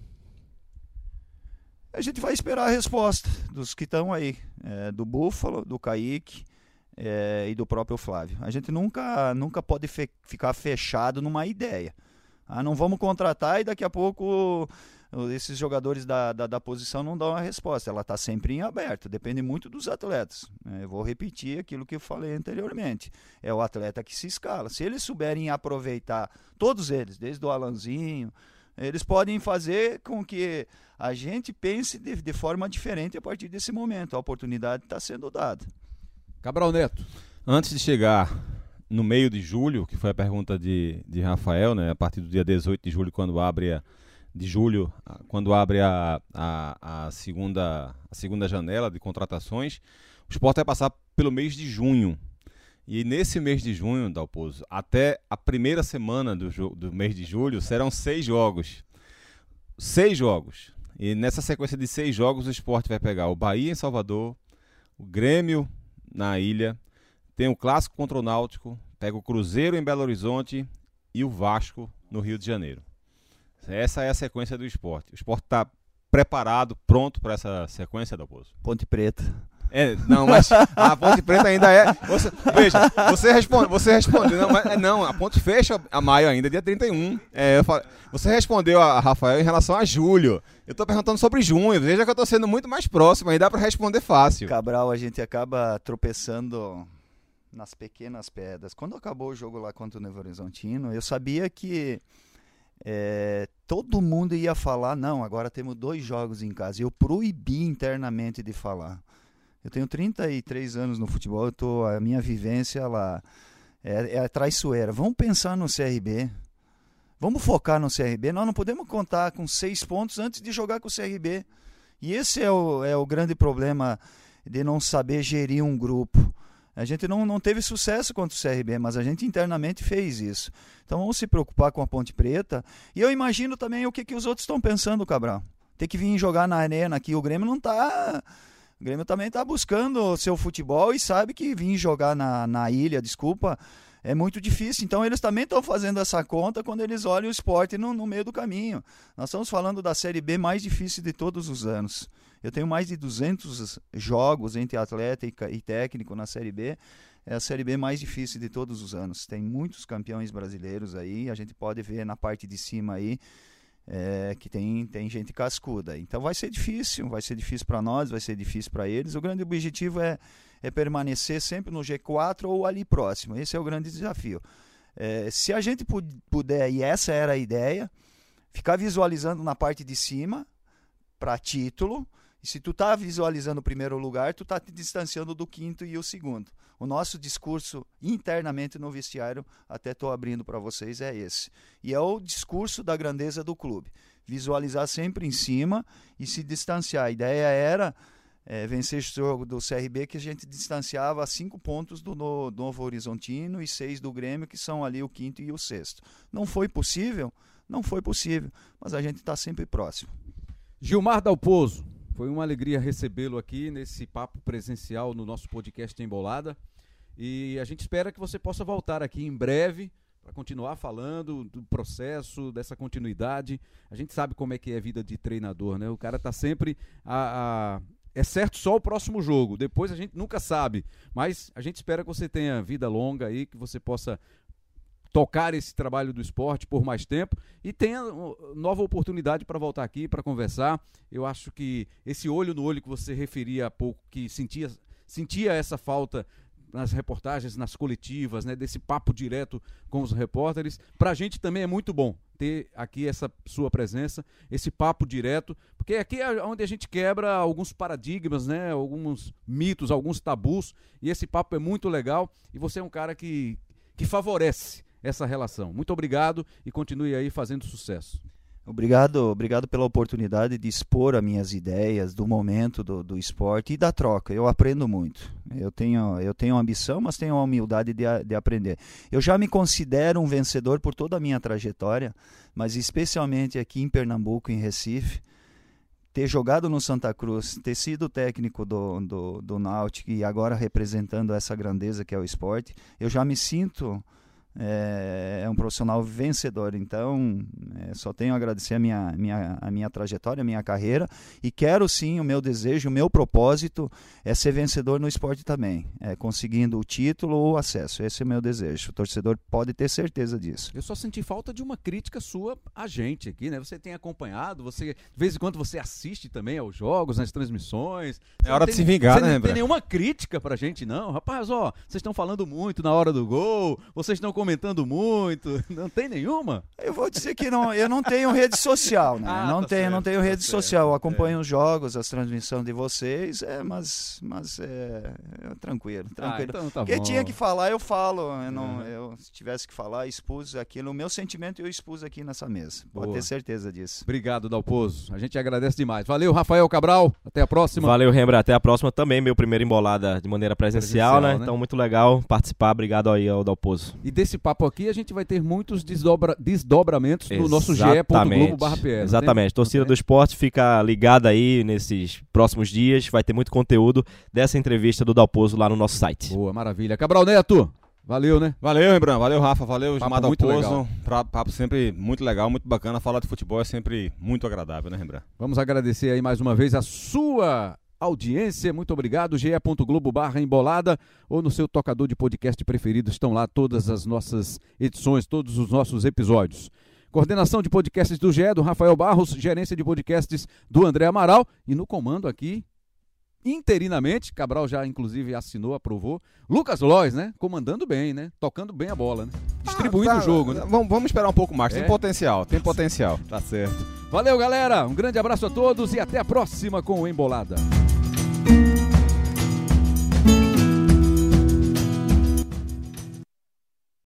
[SPEAKER 4] A gente vai esperar a resposta dos que estão aí, do Búfalo, do Kaique e do próprio Flávio. A gente nunca pode ficar fechado numa ideia. Não vamos contratar e daqui a pouco esses jogadores da posição não dão a resposta. Ela está sempre em aberto, depende muito dos atletas. Eu vou repetir aquilo que eu falei anteriormente. É o atleta que se escala. Se eles souberem aproveitar, todos eles, desde o Alanzinho, eles podem fazer com que a gente pense de forma diferente a partir desse momento. A oportunidade está sendo dada.
[SPEAKER 1] Cabral Neto.
[SPEAKER 2] Antes de chegar no meio de julho, que foi a pergunta de Rafael, né, a partir do dia 18 de julho, quando abre de julho, quando abre a segunda janela de contratações, o Sport vai passar pelo mês de junho. E nesse mês de junho, Dalpozo, até a primeira semana do mês de julho, serão 6 jogos. 6 jogos. E nessa sequência de 6 jogos, o Sport vai pegar o Bahia em Salvador, o Grêmio na Ilha, tem o Clássico contra o Náutico, pega o Cruzeiro em Belo Horizonte e o Vasco no Rio de Janeiro. Essa é a sequência do Sport. O Sport está preparado, pronto para essa sequência, Dalpozo?
[SPEAKER 4] Ponte Preta.
[SPEAKER 2] Não, mas a Ponte Preta ainda é... Veja, você responde. Não, a Ponte fecha a maio ainda, dia 31. Você respondeu a Rafael em relação a julho. Eu estou perguntando sobre junho. Veja que eu estou sendo muito mais próximo, aí dá para responder fácil.
[SPEAKER 4] Cabral, a gente acaba tropeçando nas pequenas pedras. Quando acabou o jogo lá contra o Novo Horizontino, eu sabia que todo mundo ia falar, não, agora temos 2 jogos em casa. Eu proibi internamente de falar. Eu tenho 33 anos no futebol, a minha vivência lá é traiçoeira. Vamos pensar no CRB. Vamos focar no CRB. Nós não podemos contar com 6 pontos antes de jogar com o CRB. E esse é o grande problema de não saber gerir um grupo. A gente não teve sucesso contra o CRB, mas a gente internamente fez isso. Então vamos se preocupar com a Ponte Preta. E eu imagino também o que os outros estão pensando, Cabral. Ter que vir jogar na arena aqui. O Grêmio não está... O Grêmio também está buscando o seu futebol e sabe que vir jogar na ilha, é muito difícil. Então eles também estão fazendo essa conta quando eles olham o Sport no meio do caminho. Nós estamos falando da Série B mais difícil de todos os anos. Eu tenho mais de 200 jogos entre atleta e técnico na Série B. É a Série B mais difícil de todos os anos. Tem muitos campeões brasileiros aí, a gente pode ver na parte de cima aí, que tem gente cascuda. Então vai ser difícil para nós, vai ser difícil para eles. O grande objetivo é permanecer sempre no G4 ou ali próximo. Esse é o grande desafio. Se a gente puder, e essa era a ideia, ficar visualizando na parte de cima para título. E se tu tá visualizando o primeiro lugar, tu tá te distanciando do quinto e o segundo. O nosso discurso internamente no vestiário, até estou abrindo para vocês, é esse. E é o discurso da grandeza do clube. Visualizar sempre em cima e se distanciar. A ideia era vencer esse jogo do CRB, que a gente distanciava 5 pontos do Novo Horizontino e 6 do Grêmio, que são ali o quinto e o sexto. Não foi possível, mas a gente está sempre próximo.
[SPEAKER 1] Gilmar Dalpozo, foi uma alegria recebê-lo aqui nesse papo presencial no nosso podcast Embolada. E a gente espera que você possa voltar aqui em breve para continuar falando do processo, dessa continuidade. A gente sabe como é que é a vida de treinador, né? O cara está sempre é certo só o próximo jogo, depois a gente nunca sabe. Mas a gente espera que você tenha vida longa aí, que você possa tocar esse trabalho do esporte por mais tempo e tenha nova oportunidade para voltar aqui, para conversar. Eu acho que esse olho no olho que você referia há pouco, que sentia essa falta nas reportagens, nas coletivas, né, desse papo direto com os repórteres, para a gente também é muito bom ter aqui essa sua presença, esse papo direto, porque aqui é onde a gente quebra alguns paradigmas, né, alguns mitos, alguns tabus, e esse papo é muito legal, e você é um cara que favorece essa relação. Muito obrigado e continue aí fazendo sucesso.
[SPEAKER 4] Obrigado pela oportunidade de expor as minhas ideias do momento do esporte e da troca. Eu aprendo muito. Eu tenho ambição, mas tenho a humildade de aprender. Eu já me considero um vencedor por toda a minha trajetória, mas especialmente aqui em Pernambuco, em Recife, ter jogado no Santa Cruz, ter sido técnico do Náutico e agora representando essa grandeza que é o esporte, eu já me sinto um profissional vencedor. Então só tenho a agradecer a minha trajetória, a minha carreira, e quero sim, o meu desejo, o meu propósito é ser vencedor no esporte também, conseguindo o título ou o acesso. Esse é o meu desejo, o torcedor pode ter certeza disso.
[SPEAKER 1] Eu só senti falta de uma crítica sua a gente aqui, né? Você tem acompanhado, de vez em quando você assiste também aos jogos, nas transmissões.
[SPEAKER 2] É hora de se vingar, né,
[SPEAKER 1] Não tem nenhuma crítica pra gente, não. Rapaz, vocês estão falando muito na hora do gol, vocês não comentando muito. Não tem nenhuma?
[SPEAKER 4] Eu vou dizer que não, eu não tenho rede social, né? Não tenho rede social. Eu acompanho os jogos, as transmissões de vocês, mas tranquilo.
[SPEAKER 1] Então tá
[SPEAKER 4] Quem
[SPEAKER 1] bom.
[SPEAKER 4] tinha que falar, eu falo. Eu, se tivesse que falar, expus aquilo. O meu sentimento eu expus aqui nessa mesa. Pode
[SPEAKER 1] Boa.
[SPEAKER 4] ter certeza disso.
[SPEAKER 1] Obrigado, Dalpozo. A gente agradece demais. Valeu, Rafael Cabral. Até a próxima.
[SPEAKER 3] Valeu, Rembrandt. Até a próxima também. Meu primeiro embolada de maneira presencial, né? Então, muito legal participar. Obrigado aí ao Dalpozo.
[SPEAKER 1] E desse papo aqui, a gente vai ter muitos desdobramentos no nosso ge.globo.br.
[SPEAKER 3] Exatamente. Torcida do Esporte, fica ligada aí nesses próximos dias. Vai ter muito conteúdo dessa entrevista do Dalpozo lá no nosso site.
[SPEAKER 1] Boa, maravilha. Cabral Neto, valeu, né?
[SPEAKER 2] Valeu, Rembrandt. Valeu, Rafa. Valeu,
[SPEAKER 1] Papo
[SPEAKER 2] Gilmar
[SPEAKER 1] muito
[SPEAKER 2] Dalpozo. Papo sempre muito legal, muito bacana. Falar de futebol é sempre muito agradável, né, Rembrandt?
[SPEAKER 1] Vamos agradecer aí mais uma vez a sua audiência, muito obrigado. ge.globo/embolada ou no seu tocador de podcast preferido, estão lá todas as nossas edições, todos os nossos episódios. Coordenação de podcasts do GE, do Rafael Barros, gerência de podcasts do André Amaral e no comando aqui, interinamente, Cabral já inclusive assinou, aprovou, Lucas Lois, né? Comandando bem, né? Tocando bem a bola, né? Distribuindo o jogo, né?
[SPEAKER 2] Vamos esperar um pouco mais, tem potencial, tem potencial.
[SPEAKER 1] Tá certo. Valeu, galera. Um grande abraço a todos e até a próxima com o Embolada.